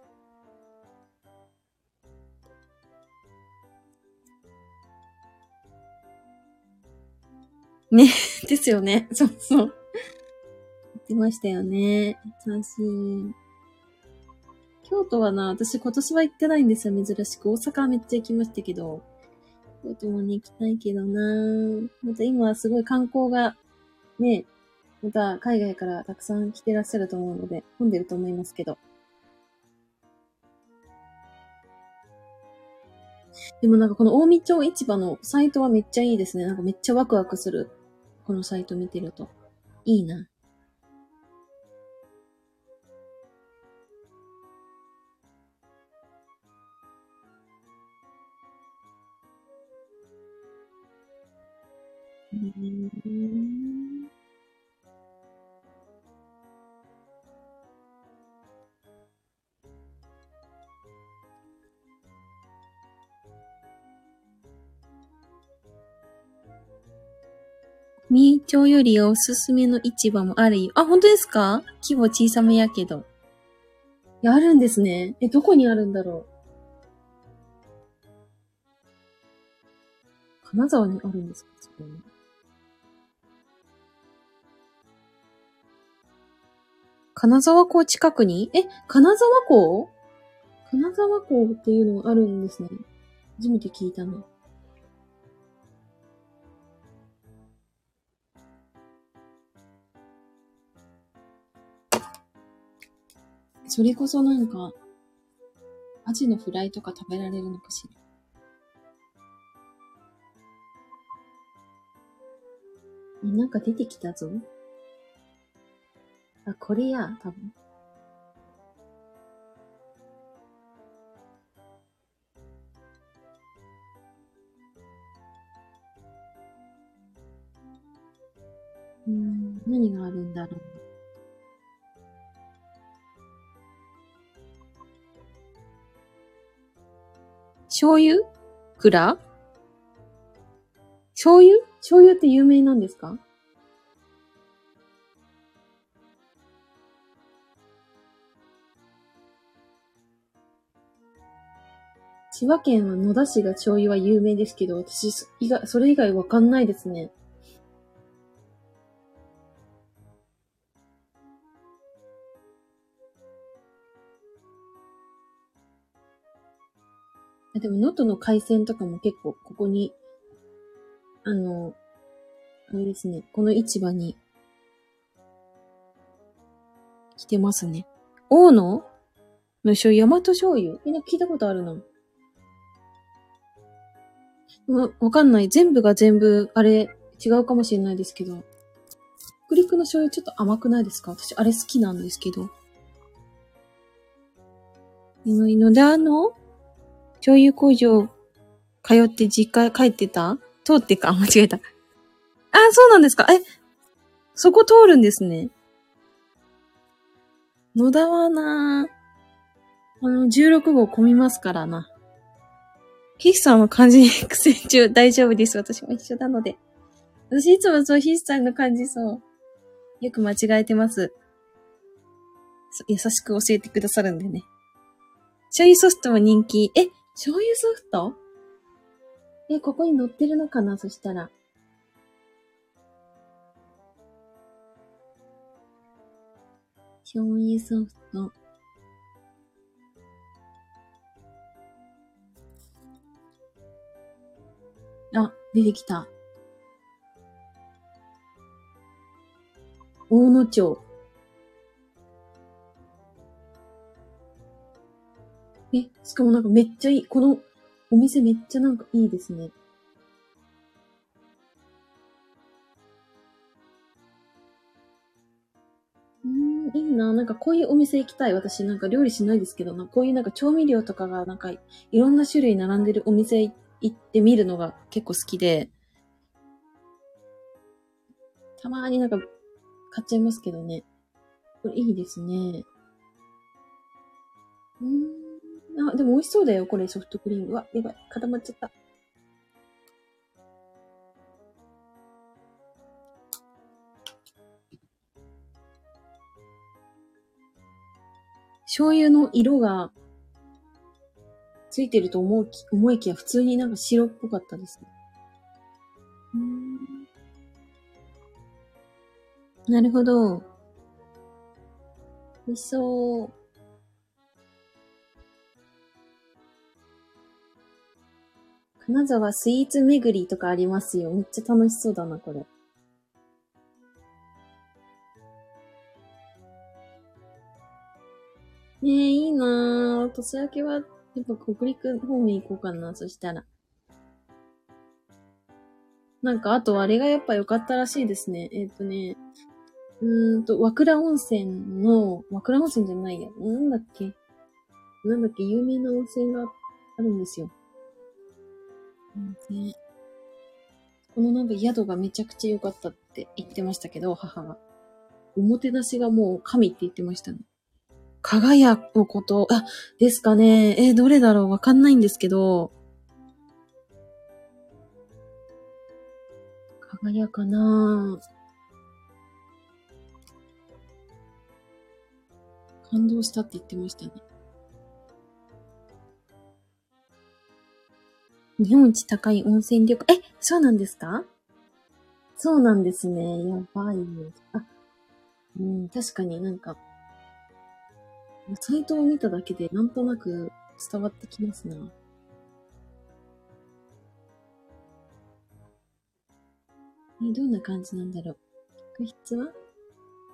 ね。ですよね。そうそう。言ってましたよね。優しい。京都はな、私今年は行ってないんですよ、珍しく。大阪はめっちゃ行きましたけど。京都もね、行きたいけどな。また今はすごい観光が、ね、また海外からたくさん来てらっしゃると思うので、混んでると思いますけど。でもなんかこの近江町市場のサイトはめっちゃいいですね。なんかめっちゃワクワクする。このサイト見てると。いいな。みーちょよりおすすめの市場もあるよ。あ、本当ですか？規模小さめやけど。いや、あるんですね。どこにあるんだろう。金沢にあるんですか？そこに。金沢港近くに？金沢港？金沢港っていうのがあるんですね。初めて聞いたな。それこそなんか、 アジのフライとか食べられるのかしら。なんか出てきたぞ。あ、これや、多分。何があるんだろう。醤油蔵醤油って有名なんですか？千葉県は野田市が醤油は有名ですけど、私、それ以外わかんないですね。でも、能登の海鮮とかも結構、ここに、あれですね、この市場に来てますね。大野の醤油、大和醤油みんな聞いたことあるな。わかんない。全部が全部、あれ、違うかもしれないですけど。北陸の醤油ちょっと甘くないですか？私、あれ好きなんですけど。野田の醤油工場通って実家帰ってた？通ってか間違えた。あ、そうなんですか。そこ通るんですね。野田はな16号混みますからな。ヒスさんは漢字に苦戦中大丈夫です。私も一緒なので。私いつもそう、ヒスさんの漢字そう。よく間違えてます。優しく教えてくださるんでね。醤油ソフトも人気。醤油ソフト？ここに載ってるのかな？そしたら。醤油ソフト。あ、出てきた。大野町。しかもなんかめっちゃいい。このお店めっちゃなんかいいですね。いいな。なんかこういうお店行きたい。私なんか料理しないですけど、こういうなんか調味料とかがなんかいろんな種類並んでるお店行ってみるのが結構好きで、たまーになんか買っちゃいますけどね。これいいですね。でも美味しそうだよ。これソフトクリーム。うわ、やばい。固まっちゃった。醤油の色がついてると思いきや普通になんか白っぽかったですね。なるほど。美味しそう。金沢スイーツ巡りとかありますよ。めっちゃ楽しそうだな、これ。いいなぁ。年明けは、やっぱ北陸方面行こうかな、そしたら。なんか、あとあれがやっぱ良かったらしいですね。和倉温泉の、和倉温泉じゃないや。なんだっけ、有名な温泉があるんですよ。このなんか宿がめちゃくちゃ良かったって言ってましたけど、母が。おもてなしがもう神って言ってましたね。かがやのこと、ですかね。どれだろうわかんないんですけど、かがやかな感動したって言ってましたね。日本一高い温泉旅館。そうなんですか？そうなんですね。やばいね。確かになんか、サイトを見ただけでなんとなく伝わってきますな。どんな感じなんだろう。客室は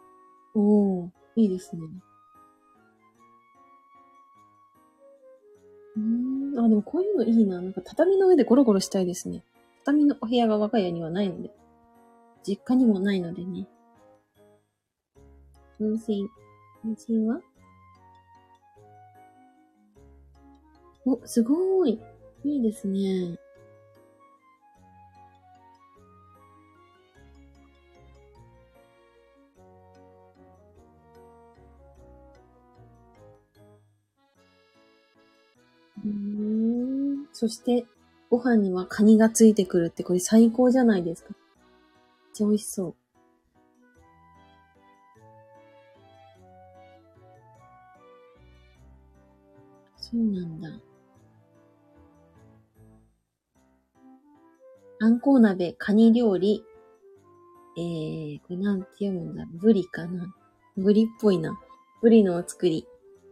おー、いいですね。 あ、でもこういうのいいな。なんか畳の上でゴロゴロしたいですね。畳のお部屋が我が家にはないので。実家にもないのでね。温泉。温泉はお、すごーい。いいですね。そして、ご飯にはカニがついてくるって、これ最高じゃないですか。めっちゃ美味しそう。そうなんだ。あんこう鍋、カニ料理、これなんて読むんだろう。ブリかな。ブリっぽいな。ブリのお作り。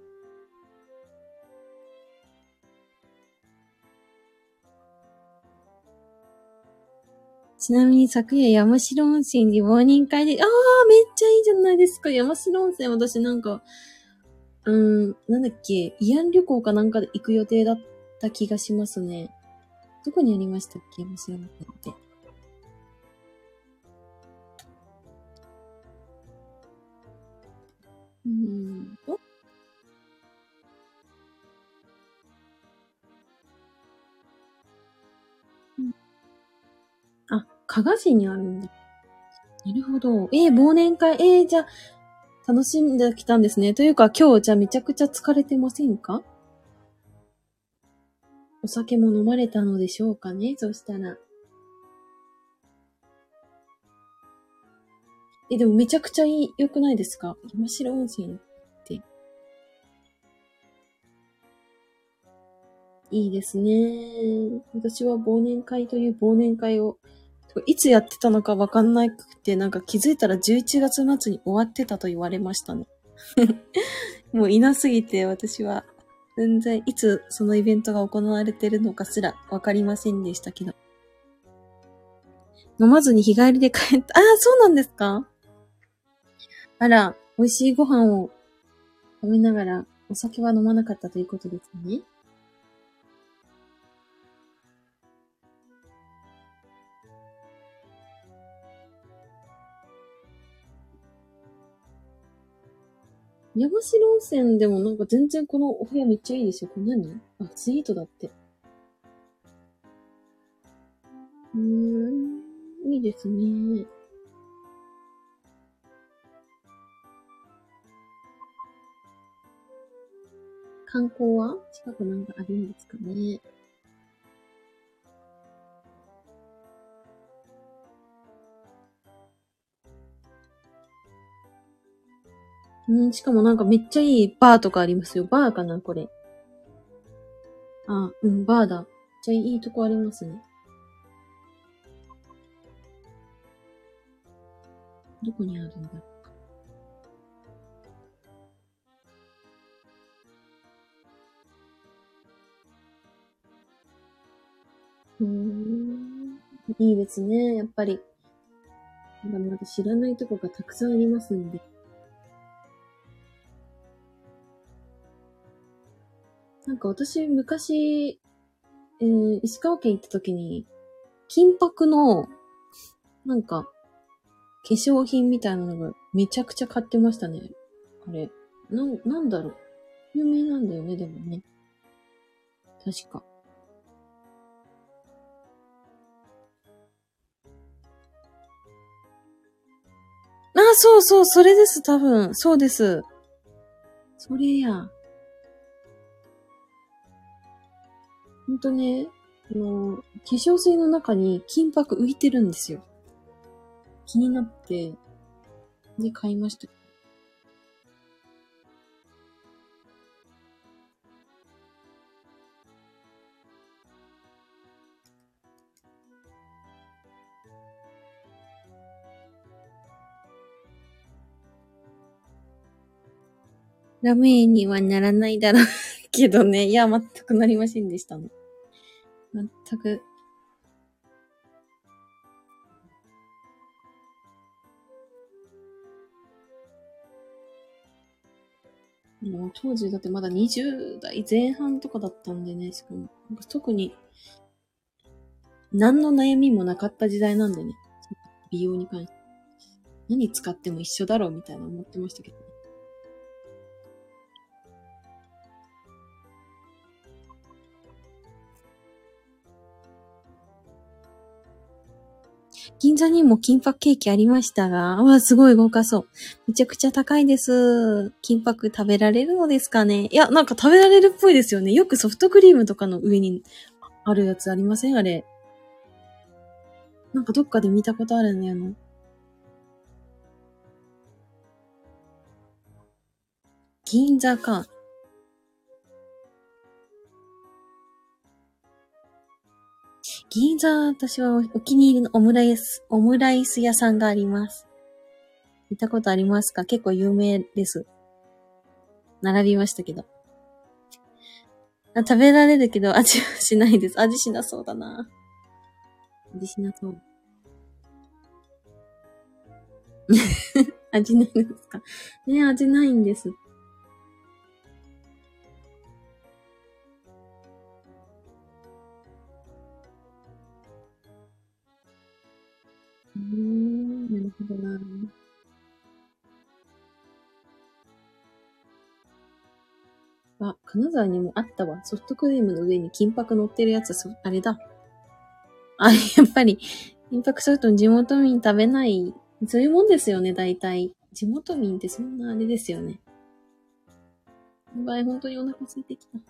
ちなみに昨夜山城温泉に忘年会で、めっちゃいいじゃないですか。山城温泉私なんか、なんだっけ、慰安旅行かなんかで行く予定だった気がしますね。どこにありましたっけ、山城温泉って。うーんと。あ、加賀市にあるんだ。なるほど。忘年会、じゃあ、楽しんできたんですね。というか、今日、じゃあめちゃくちゃ疲れてませんか？お酒も飲まれたのでしょうかね、そしたら。でもめちゃくちゃ良くないですか？山城温泉って。いいですね。私は忘年会という忘年会を、いつやってたのかわかんなくて、なんか気づいたら11月末に終わってたと言われましたね。もういなすぎて私は全然いつそのイベントが行われてるのかすらわかりませんでしたけど。飲まずに日帰りで帰った。そうなんですか？あら、美味しいご飯を食べながらお酒は飲まなかったということですね。山城温泉でもなんか全然このお部屋めっちゃいいですよ。これ何？スイートだって。いいですね。観光は近くなんかあるんですかね。しかもなんかめっちゃいいバーとかありますよ。バーかなこれ。バーだ。めっちゃいいとこありますね。どこにあるんだろう。いいですね。やっぱり。まだまだ知らないとこがたくさんありますんで。なんか私、昔、石川県行った時に、金箔の、なんか、化粧品みたいなのがめちゃくちゃ買ってましたね。あれ。なんだろう。有名なんだよね、でもね。確か。そうそう、それです、多分。そうです。それや。ほんとね、化粧水の中に金箔浮いてるんですよ。気になって、で、買いました。ラメにはならないだろうけどね。いや、全くなりませんでしたね。全く。 もう当時だってまだ20代前半とかだったんでね、しかも、特に何の悩みもなかった時代なんでね、美容に関して。何使っても一緒だろうみたいな思ってましたけどね。銀座にも金箔ケーキありましたが、わあ、すごい豪華そう。めちゃくちゃ高いです。金箔食べられるのですかね。いや、なんか食べられるっぽいですよね。よくソフトクリームとかの上にあるやつありませんあれ。なんかどっかで見たことあるんだよな。銀座か。銀座、私はお気に入りのオムライス屋さんがあります。見たことありますか？結構有名です。並びましたけど。食べられるけど味はしないです。味しなそうだな。味しなそう。味ないんですか？ね、味ないんです。なるほどな。あ、金沢にもあったわ。ソフトクリームの上に金箔乗ってるやつ、あれだ。あ、やっぱり、金箔ソフトの地元民食べない。そういうもんですよね、大体。地元民ってそんなあれですよね。この場合、本当にお腹空いてきた。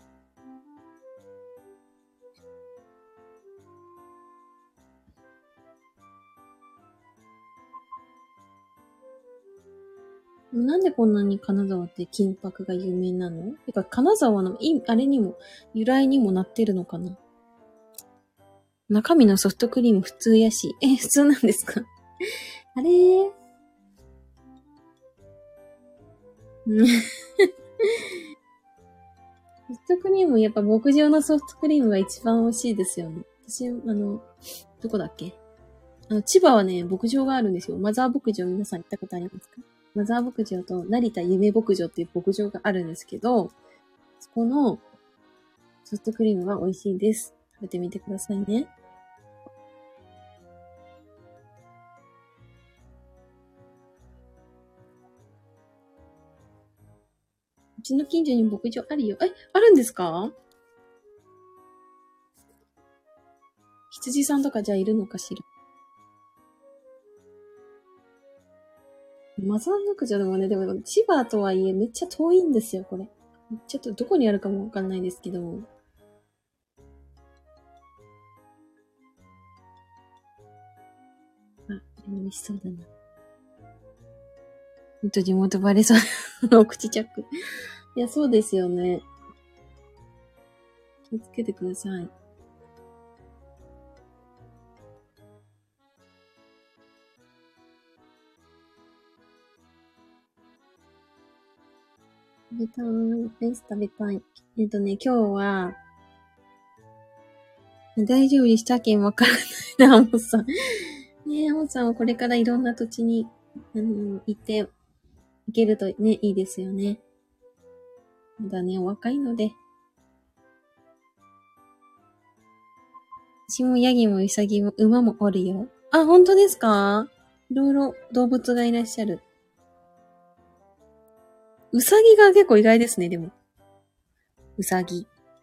なんでこんなに金沢って金箔が有名なの？てか、金沢のあれにも、由来にもなってるのかな？中身のソフトクリーム普通やし。普通なんですか？あれー。ソフトクリーム、やっぱ牧場のソフトクリームが一番美味しいですよね。私、どこだっけ？千葉はね、牧場があるんですよ。マザー牧場、皆さん行ったことありますか？マザー牧場と成田夢牧場っていう牧場があるんですけど、そこのソフトクリームは美味しいです。食べてみてくださいね。うちの近所に牧場あるよ。あるんですか？羊さんとかじゃあいるのかしら。マザー牧場でもね、でも千葉とはいえめっちゃ遠いんですよ、これ。ちょっとどこにあるかもわかんないですけど。あ、でも美味しそうだな。ほんと地元バレそう。お口チャック。いや、そうですよね。気をつけてください。食べたい。アイス食べたい。今日は、大丈夫でしたけんわからないな、アモさん。ねえ、アモさんはこれからいろんな土地に、行っていけるとね、いいですよね。まだね、お若いので。牛もヤギもウサギも馬もおるよ。あ、本当ですか？いろいろ動物がいらっしゃる。ウサギが結構意外ですね、でも。ウサギ。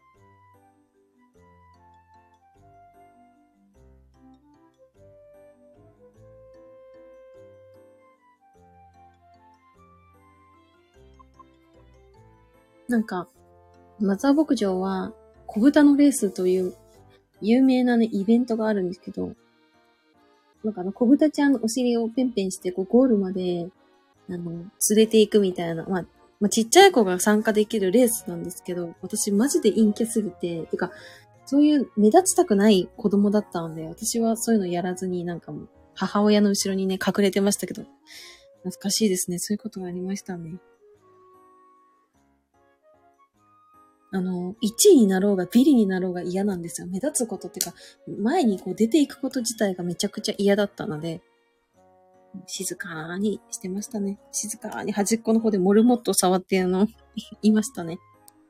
なんか、マザー牧場は、小豚のレースという有名なね、イベントがあるんですけど、なんか小豚ちゃんのお尻をペンペンして、ゴールまで、連れて行くみたいな、ちっちゃい子が参加できるレースなんですけど、私マジで陰キャすぎて、てか、そういう目立ちたくない子供だったんで、私はそういうのやらずになんかもう、母親の後ろにね、隠れてましたけど、懐かしいですね。そういうことがありましたね。1位になろうがビリになろうが嫌なんですよ。目立つことっていうか、前に出ていくこと自体がめちゃくちゃ嫌だったので、静かにしてましたね。静かに端っこの方でモルモットを触っていましたね。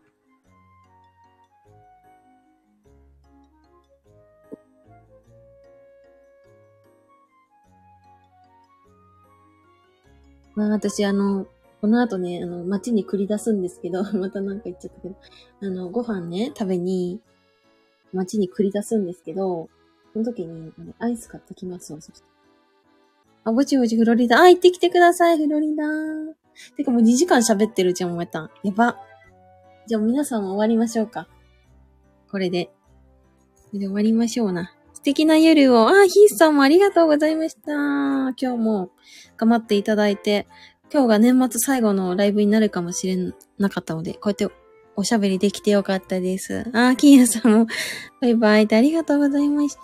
まあ私この後ね、街に繰り出すんですけど、またなんか言っちゃったけど、ご飯ね、食べに、街に繰り出すんですけど、その時に、アイス買ってきますわ、そして。あ、ぼちぼちフロリダ。あ、行ってきてください、フロリダ。てかもう2時間喋ってるじゃん、また。やば。じゃあ皆さんも終わりましょうか。これで。これで終わりましょうな。素敵な夜を。あ、ヒースさんもありがとうございました。今日も頑張っていただいて、今日が年末最後のライブになるかもしれなかったので、こうやっておしゃべりできてよかったです。あ、キーヤさんもバイバイってありがとうございました。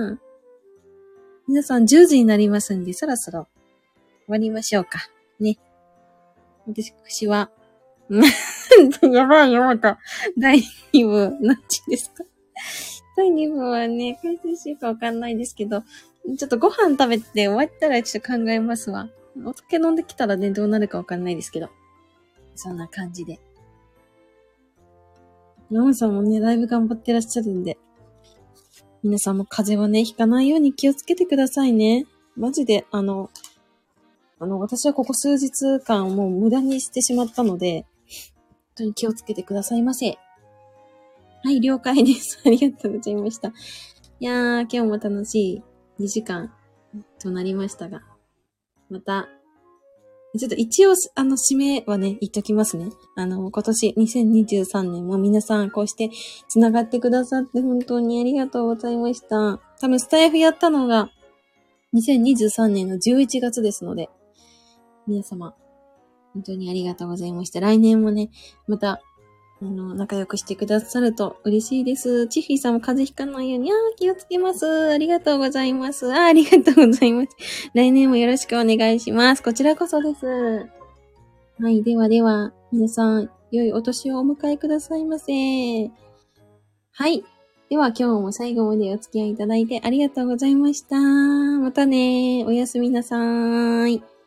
皆さん10時になりますんで、そろそろ終わりましょうか。ね。私は、やばいよ、また。第2部、何時ですか？第2部はね、解説しようかわかんないですけど、ちょっとご飯食べて終わったらちょっと考えますわ。お酒飲んできたらね、どうなるかわかんないですけど。そんな感じで。ナムさんもね、だいぶ頑張ってらっしゃるんで。皆さんも風邪はね、ひかないように気をつけてくださいね。マジで、私はここ数日間もう無駄にしてしまったので、本当に気をつけてくださいませ。はい、了解です。ありがとうございました。いやー、今日も楽しい2時間となりましたが、また、ちょっと一応、締めはね、言っときますね。今年2023年も皆さんこうして繋がってくださって本当にありがとうございました。多分スタイフやったのが2023年の11月ですので、皆様、本当にありがとうございました。来年もね、また、仲良くしてくださると嬉しいです。チッフィーさんも風邪ひかないように、気をつけます。ありがとうございます。ありがとうございます。来年もよろしくお願いします。こちらこそです。はい、ではでは、皆さん、良いお年をお迎えくださいませ。はい。では今日も最後までお付き合いいただいてありがとうございました。またね。おやすみなさーい。